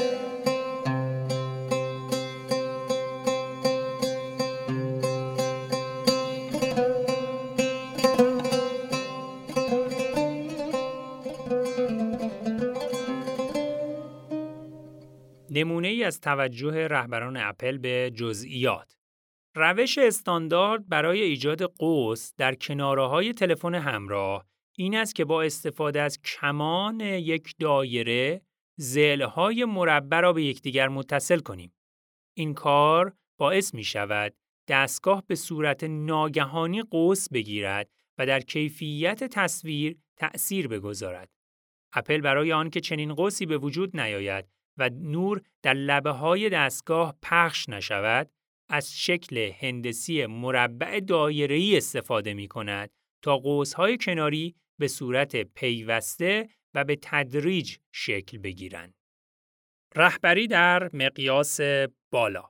نمونه ای از توجه رهبران اپل به جزئیات. روش استاندارد برای ایجاد قوس در کناره‌های تلفن همراه این است که با استفاده از کمان یک دایره ضلع‌های مربع را به یکدیگر متصل کنیم. این کار باعث می شود دستگاه به صورت ناگهانی قوس بگیرد و در کیفیت تصویر تأثیر بگذارد. اپل برای آنکه چنین قوسی به وجود نیاید و نور در لبه‌های دستگاه پخش نشود، از شکل هندسی مربع دایره‌ای استفاده می‌کند تا قوس‌های کناری به صورت پیوسته و به تدریج شکل بگیرند. رهبری در مقیاس بالا.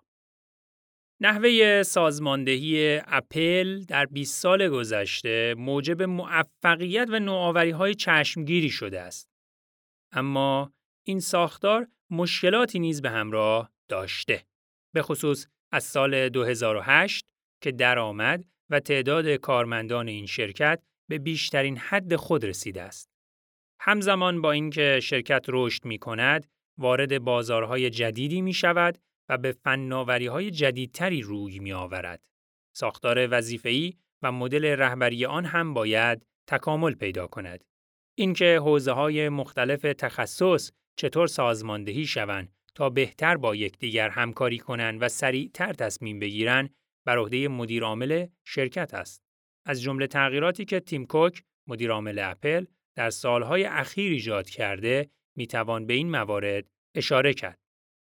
نحوه سازماندهی اپل در بیست سال گذشته موجب موفقیت و نوآوری‌های چشمگیری شده است. اما این ساختار مشکلاتی نیز به همراه داشته. به خصوص از سال دو هزار و هشت که درآمد و تعداد کارمندان این شرکت به بیشترین حد خود رسیده است. همزمان با اینکه شرکت رشد می‌کند، وارد بازارهای جدیدی می‌شود و به فناوری‌های جدیدتری روی می‌آورد. ساختار وظیفه‌ای و مدل رهبری آن هم باید تکامل پیدا کند. اینکه حوزه‌های مختلف تخصص چطور سازماندهی شوند تا بهتر با یکدیگر همکاری کنند و سریعتر تصمیم بگیرند بر عهده مدیر عامل شرکت است. از جمله تغییراتی که تیم کوک، مدیر عامل اپل، در سالهای اخیر ایجاد کرده، میتوان به این موارد اشاره کرد.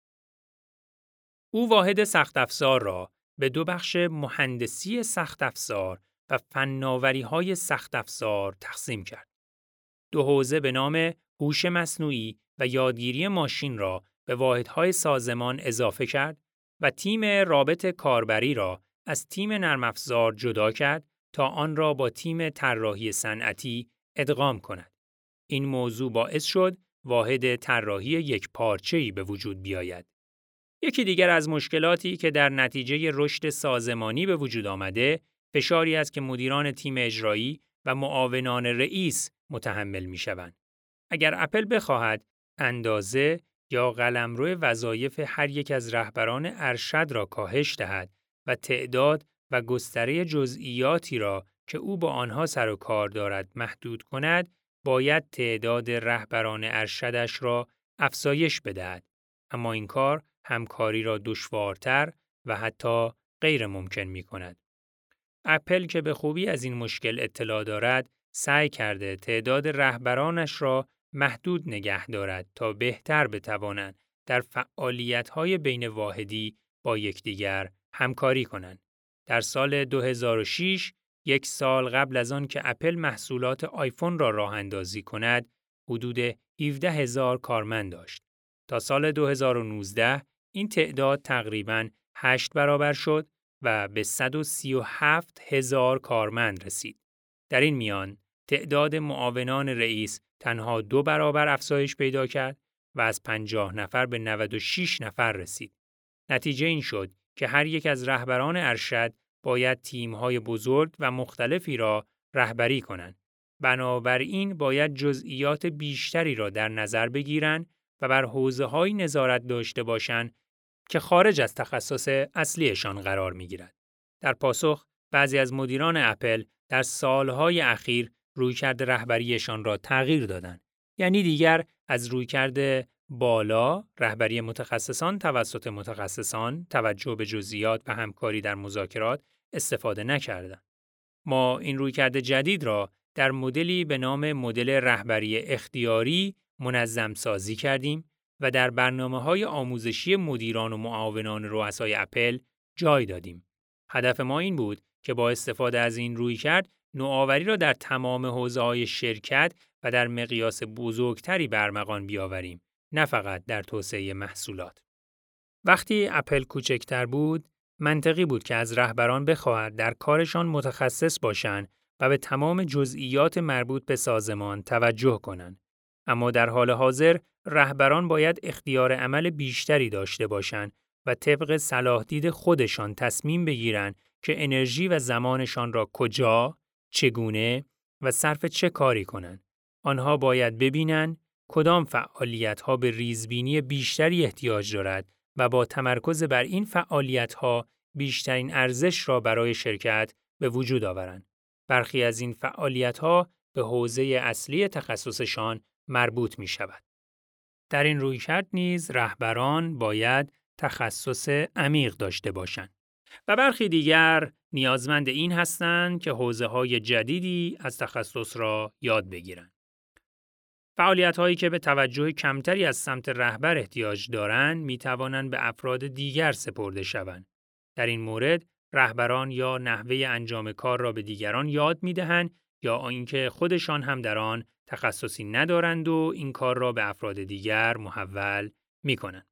او واحد سخت افزار را به دو بخش مهندسی سخت افزار و فناوری‌های سخت افزار تقسیم کرد. دو حوزه به نام هوش مصنوعی و یادگیری ماشین را به واحدهای سازمان اضافه کرد و تیم رابط کاربری را از تیم نرم افزار جدا کرد تا آن را با تیم طراحی صنعتی ادغام کند. این موضوع باعث شد واحد طراحی یکپارچه‌ای به وجود بیاید. یکی دیگر از مشکلاتی که در نتیجه رشد سازمانی به وجود آمده، فشاری است که مدیران تیم اجرایی و معاونان رئیس متحمل می‌شوند. اگر اپل بخواهد اندازه یا قلمرو وظایف هر یک از رهبران ارشد را کاهش دهد و تعداد و گستره جزئیاتی را که او با آنها سر و کار دارد محدود کند، باید تعداد رهبران ارشدش را افزایش بدهد. اما این کار همکاری را دشوارتر و حتی غیر ممکن می کند. اپل که به خوبی از این مشکل اطلاع دارد، سعی کرده تعداد رهبرانش را محدود نگه دارد تا بهتر بتوانند در فعالیت‌های بین واحدی با یکدیگر همکاری کنند. در سال دو هزار و شش، یک سال قبل از آن که اپل محصولات آیفون را راه اندازی کند، حدود هفده هزار کارمند داشت. تا سال دو هزار و نوزده این تعداد تقریباً هشت برابر شد و به صد و سی و هفت هزار کارمند رسید. در این میان تعداد معاونان رئیس تنها دو برابر افزایش پیدا کرد و از پنجاه نفر به نود و شش نفر رسید. نتیجه این شد که هر یک از رهبران ارشد باید تیم‌های بزرگ و مختلفی را رهبری کنند. بنابراین باید جزئیات بیشتری را در نظر بگیرند و بر حوزه‌های نظارت داشته باشند که خارج از تخصص اصلیشان قرار می‌گیرد. در پاسخ، بعضی از مدیران اپل در سالهای اخیر رویکرد رهبریشان را تغییر دادند. یعنی دیگر از رویکرد بالا، رهبری متخصصان توسط متخصصان، توجه به جزئیات و همکاری در مذاکرات استفاده نکردند. ما این رویکرد جدید را در مدلی به نام مدل رهبری اختیاری منظم سازی کردیم و در برنامه‌های آموزشی مدیران و معاونان رؤسای اپل جای دادیم. هدف ما این بود که با استفاده از این رویکرد نوآوری را در تمام حوزه‌های شرکت و در مقیاس بزرگتری برمغان بیاوریم، نه فقط در توسعه محصولات. وقتی اپل کوچکتر بود، منطقی بود که از رهبران بخواهد در کارشان متخصص باشند و به تمام جزئیات مربوط به سازمان توجه کنند. اما در حال حاضر رهبران باید اختیار عمل بیشتری داشته باشند و طبق صلاح دید خودشان تصمیم بگیرند که انرژی و زمانشان را کجا، چگونه و صرف چه کاری کنند. آنها باید ببینند کدام فعالیت‌ها به ریزبینی بیشتری احتیاج دارد و با تمرکز بر این فعالیت‌ها بیشترین ارزش را برای شرکت به وجود آورند. برخی از این فعالیت‌ها به حوزه اصلی تخصصشان مربوط می‌شود. در این رویکرد نیز رهبران باید تخصص عمیق داشته باشند و برخی دیگر نیازمند این هستند که حوزه‌های جدیدی از تخصص را یاد بگیرند. فعالیت‌هایی که به توجه کمتری از سمت رهبر احتیاج دارند می‌توانند به افراد دیگر سپرده شوند. در این مورد رهبران یا نحوه انجام کار را به دیگران یاد می‌دهند یا اینکه خودشان هم در آن تخصصی ندارند و این کار را به افراد دیگر محول می‌کنند.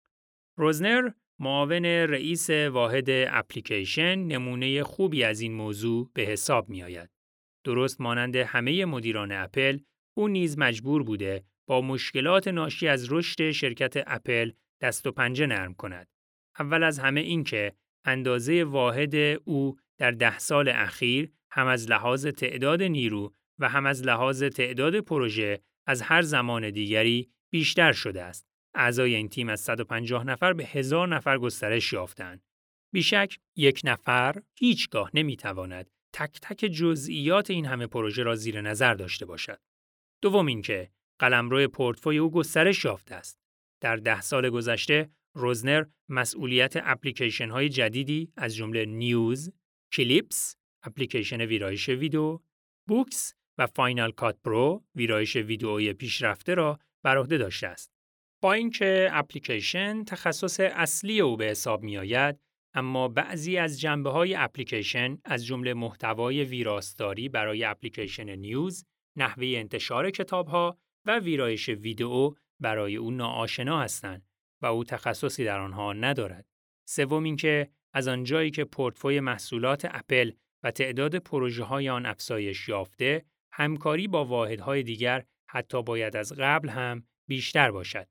روزنر، معاون رئیس واحد اپلیکیشن، نمونه خوبی از این موضوع به حساب می‌آید. درست مانند همه مدیران اپل، او نیز مجبور بوده با مشکلات ناشی از رشد شرکت اپل دست و پنجه نرم کند. اول از همه این که اندازه واحد او در ده سال اخیر هم از لحاظ تعداد نیرو و هم از لحاظ تعداد پروژه از هر زمان دیگری بیشتر شده است. اعضای این تیم از صد و پنجاه نفر به هزار نفر گسترش یافتند. بیشک یک نفر هیچگاه نمیتواند تک تک جزئیات این همه پروژه را زیر نظر داشته باشد. دوم اینکه قلمرو پورتفوی او گسترش یافته است. در ده سال گذشته روزنر مسئولیت اپلیکیشن های جدیدی از جمله نیوز، کلیپس، اپلیکیشن ویرایش ویدیو، بوکس و فاینال کات پرو، ویرایش ویدئویی پیشرفته را بر عهده داشته است. با اینکه اپلیکیشن تخصص اصلی او به حساب می آید، اما بعضی از جنبه‌های اپلیکیشن از جمله محتوای ویراستاری برای اپلیکیشن نیوز، نحوه انتشار کتاب‌ها و ویرایش ویدئو برای او ناآشنا هستند و او تخصصی در آنها ندارد. سوم اینکه از آنجایی که پورتفوی محصولات اپل و تعداد پروژه‌های آن افزایش یافته، همکاری با واحدهای دیگر حتی باید از قبل هم بیشتر باشد.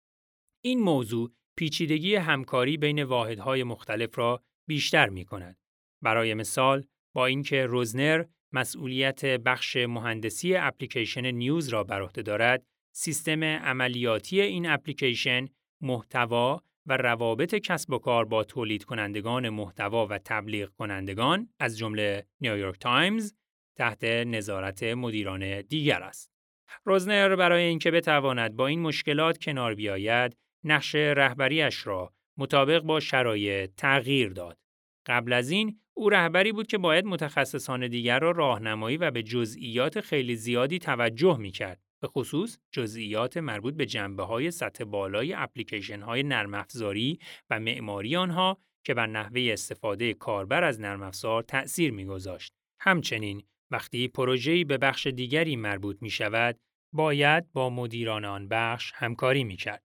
این موضوع پیچیدگی همکاری بین واحدهای مختلف را بیشتر می‌کند. برای مثال، با اینکه روزنر مسئولیت بخش مهندسی اپلیکیشن نیوز را بر عهده دارد، سیستم عملیاتی این اپلیکیشن، محتوا و روابط کسب و کار با تولید کنندگان محتوا و تبلیغ کنندگان از جمله نیویورک تایمز تحت نظارت مدیران دیگر است. روزنر برای اینکه بتواند با این مشکلات کنار بیاید، نقش رهبریش را مطابق با شرایط تغییر داد. قبل از این او رهبری بود که باید متخصصان دیگر را راهنمایی و به جزئیات خیلی زیادی توجه می‌کرد، به خصوص جزئیات مربوط به جنبه‌های سطح بالای اپلیکیشن‌های نرم افزاری و معماری آنها که بر نحوه استفاده کاربر از نرم افزار تأثیر می‌گذاشت. همچنین وقتی پروژه‌ای به بخش دیگری مربوط می‌شود، باید با مدیران آن بخش همکاری می‌کرد.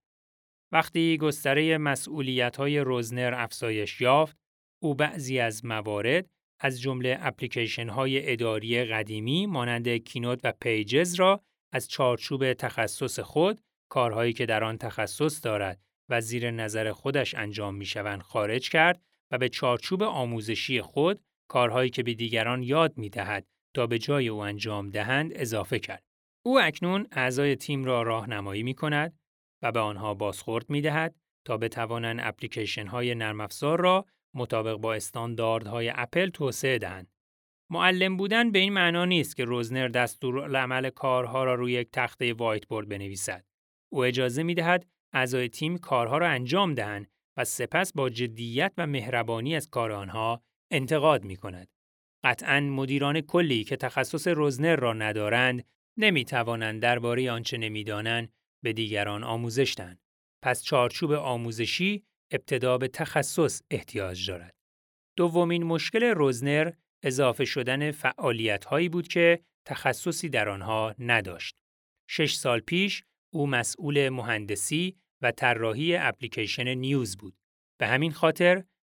وقتی گستره مسئولیت‌های روزنر افزایش یافت، او بعضی از موارد از جمله اپلیکیشن‌های اداری قدیمی مانند کینوت و پیجز را از چارچوب تخصص خود، کارهایی که در آن تخصص دارد و زیر نظر خودش انجام می‌شوند خارج کرد و به چارچوب آموزشی خود، کارهایی که به دیگران یاد می‌دهد تا به جای او انجام دهند اضافه کرد. او اکنون اعضای تیم را راهنمایی می‌کند و به آنها بازخورد می‌دهد تا بتوانند اپلیکیشن‌های نرم افزار را مطابق با استانداردهای اپل توسعه دهند. معلم بودن به این معنا نیست که روزنر دستورالعمل کارها را روی یک تخته وایت بورد بنویسد. او اجازه می‌دهد اعضای تیم کارها را انجام دهند و سپس با جدیت و مهربانی از کار آنها انتقاد می‌کند. قطعاً مدیران کلی که تخصص روزنر را ندارند، نمی‌توانند درباره آنچه نمی‌دانند به دیگران آموزش دهند. پس چارچوب آموزشی ابتدا به تخصص احتیاج دارد. دومین مشکل روزنر اضافه شدن فعالیت‌هایی بود که تخصصی در آنها نداشت. شش سال پیش او مسئول مهندسی و طراحی اپلیکیشن نیوز بود. به همین خاطر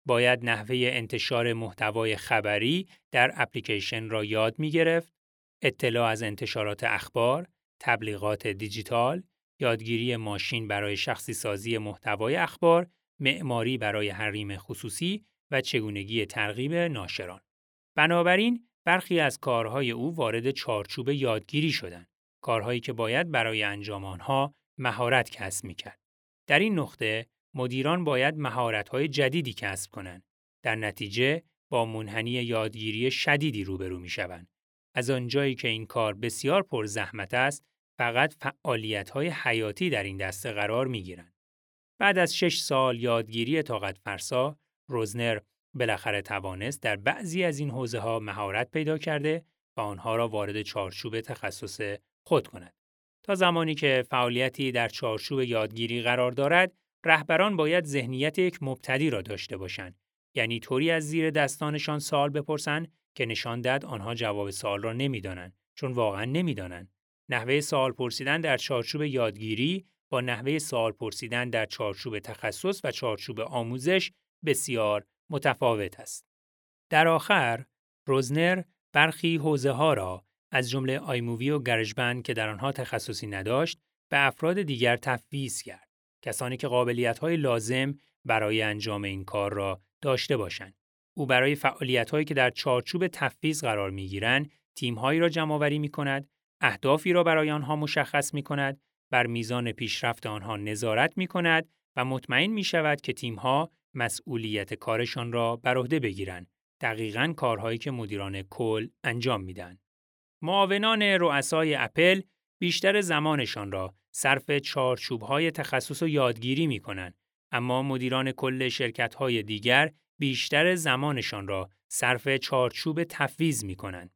باید نحوه انتشار محتوای خبری در اپلیکیشن را یاد می‌گرفت، اطلاع از انتشارات اخبار، تبلیغات دیجیتال، یادگیری ماشین برای شخصی سازی محتوای اخبار، معماری برای حریم خصوصی و چگونگی ترغیب ناشران. بنابراین برخی از کارهای او وارد چارچوب یادگیری شدند، کارهایی که باید برای انجام آنها مهارت کسب می‌کرد. در این نقطه مدیران باید مهارت‌های جدیدی کسب کنند. در نتیجه با منحنی یادگیری شدیدی روبرو می‌شوند. از آنجایی که این کار بسیار پرزحمت است، فقط فعالیت‌های حیاتی در این دسته قرار می‌گیرند. بعد از شش سال یادگیری طاقت فرسا، روزنر بالاخره توانست در بعضی از این حوزه‌ها مهارت پیدا کرده و آنها را وارد چارچوب تخصص خود کند. تا زمانی که فعالیتی در چارچوب یادگیری قرار دارد، رهبران باید ذهنیت یک مبتدی را داشته باشند، یعنی طوری از زیر دستانشان سوال بپرسند که نشان دهد آنها جواب سوال را نمی‌دانند، چون واقعاً نمی‌دانند. نحوه سوال پرسیدن در چارچوب یادگیری با نحوه سوال پرسیدن در چارچوب تخصص و چارچوب آموزش بسیار متفاوت است. در آخر، روزنر برخی حوزه‌ها را از جمله آیمووی و گرجبند که در آنها تخصصی نداشت، به افراد دیگر تفویض کرد. کسانی که قابلیت‌های لازم برای انجام این کار را داشته باشند. او برای فعالیت‌هایی که در چارچوب تفویض قرار می‌گیرند، تیم‌هایی را جمع‌آوری می‌کند، اهدافی را برای آنها مشخص می‌کند، بر میزان پیشرفت آنها نظارت می‌کند و مطمئن می‌شود که تیم‌ها مسئولیت کارشان را بر عهده بگیرند. دقیقاً کارهایی که مدیران کل انجام میدن. معاونان رؤسای اپل بیشتر زمانشان را صرف چارچوب‌های تخصص و یادگیری می‌کنند، اما مدیران کل شرکت‌های دیگر بیشتر زمانشان را صرف چارچوب تفویض می‌کنند.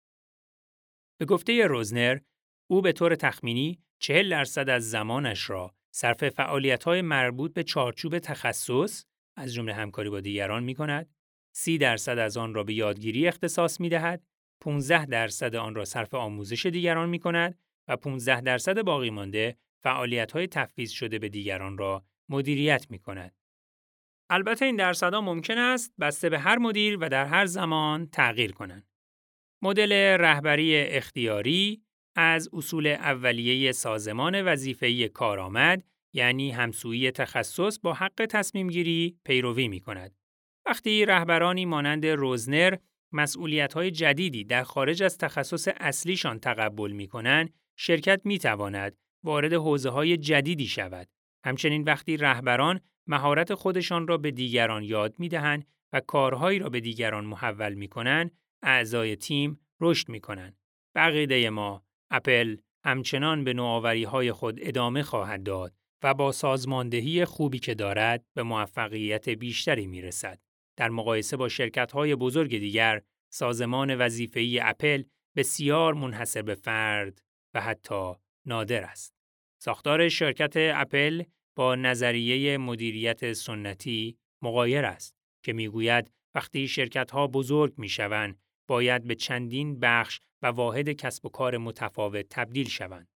به گفته روزنر، او به طور تخمینی چهل درصد از زمانش را صرف فعالیت‌های مربوط به چارچوب تخصص از جمله همکاری با دیگران می‌کند، سی درصد از آن را به یادگیری اختصاص می‌دهد، پانزده درصد آن را صرف آموزش دیگران می‌کند و پانزده درصد باقی مانده فعالیت‌های تفویض شده به دیگران را مدیریت می‌کند. البته این درصدها ممکن است بسته به هر مدیر و در هر زمان تغییر کنند. مدل رهبری اختیاری از اصول اولیه سازمان وظیفه‌ای کارآمد، یعنی همسویی تخصص با حق تصمیم گیری، پیروی می‌کند. وقتی رهبرانی مانند روزنر مسئولیت‌های جدیدی در خارج از تخصص اصلیشان تقبل می‌کنند، شرکت می‌تواند وارد حوزه‌های جدیدی شود. همچنین وقتی رهبران مهارت خودشان را به دیگران یاد می‌دهند و کارهایی را به دیگران محول می‌کنند، اعضای تیم رشد می‌کنند. به عقیده ما، اپل همچنان به نوآوری‌های خود ادامه خواهد داد و با سازماندهی خوبی که دارد به موفقیت بیشتری می‌رسد. در مقایسه با شرکت‌های بزرگ دیگر، سازمان وظیفه‌ای اپل بسیار منحصر به فرد و حتی نادر است. ساختار شرکت اپل با نظریه مدیریت سنتی مغایر است که می‌گوید وقتی شرکت‌ها بزرگ می‌شوند، باید به چندین بخش و واحد کسب و کار متفاوت تبدیل شوند.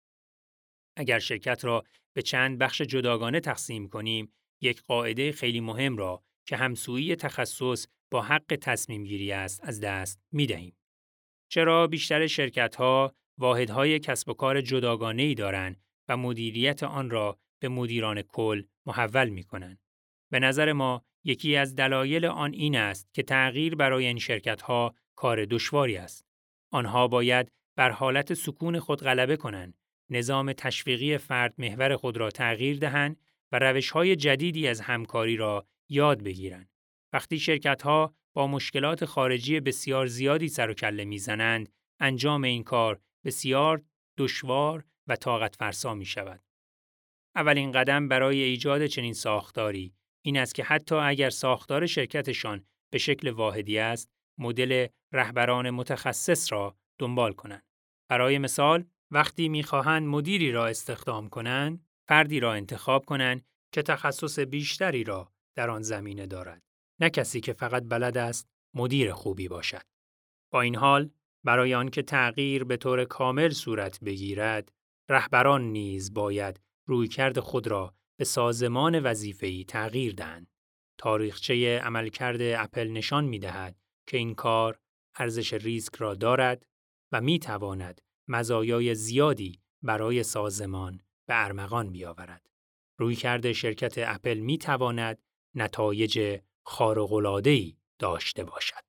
اگر شرکت را به چند بخش جداگانه تقسیم کنیم، یک قاعده خیلی مهم را که همسویی تخصص با حق تصمیم گیری است از دست می دهیم. چرا بیشتر شرکت‌ها واحدهای کسب و کار جداگانه‌ای دارند و مدیریت آن را به مدیران کل محول می کنند؟ به نظر ما یکی از دلایل آن این است که تغییر برای این شرکت‌ها کار دشواری است. آنها باید بر حالت سکون خود غلبه کنند، نظام تشویقی فرد محور خود را تغییر دهند و روش‌های جدیدی از همکاری را یاد بگیرند. وقتی شرکت‌ها با مشکلات خارجی بسیار زیادی سر و کله می‌زنند، انجام این کار بسیار دشوار و طاقت فرسا می‌شود. اولین قدم برای ایجاد چنین ساختاری این است که حتی اگر ساختار شرکتشان به شکل واحدی است، مدل رهبران متخصص را دنبال کنند. برای مثال، وقتی می‌خواهند مدیری را استخدام کنند، فردی را انتخاب کنند که تخصص بیشتری را در آن زمینه دارد، نه کسی که فقط بلد است مدیر خوبی باشد. با این حال، برای آنکه تغییر به طور کامل صورت بگیرد، رهبران نیز باید رویکرد خود را به سازمان وظیفه‌ای تغییر دهند. تاریخچه عملکرد اپل نشان می‌دهد که این کار ارزش ریسک را دارد و می‌تواند مزایای زیادی برای سازمان به ارمغان بیاورد. رویکرد شرکت اپل می‌تواند نتایج خارق‌العاده‌ای داشته باشد.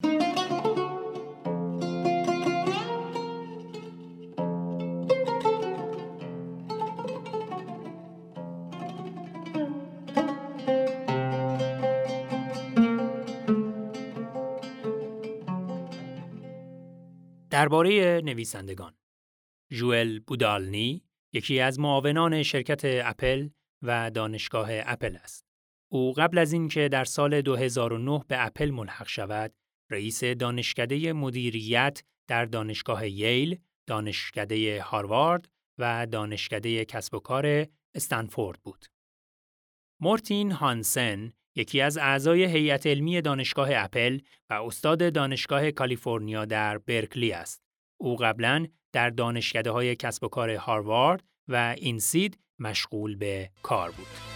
درباره نویسندگان، ژوئل بودالنی یکی از معاونان شرکت اپل و دانشگاه اپل است. او قبل از اینکه در سال دو هزار و نه به اپل ملحق شود، رئیس دانشکده مدیریت در دانشگاه ییل، دانشکده هاروارد و دانشکده کسب و کار استنفورد بود. مارتین هانسن یکی از اعضای هیئت علمی دانشگاه اپل و استاد دانشگاه کالیفرنیا در برکلی است. او قبلاً در دانشکده‌های کسب و کار هاروارد و اینسید مشغول به کار بود.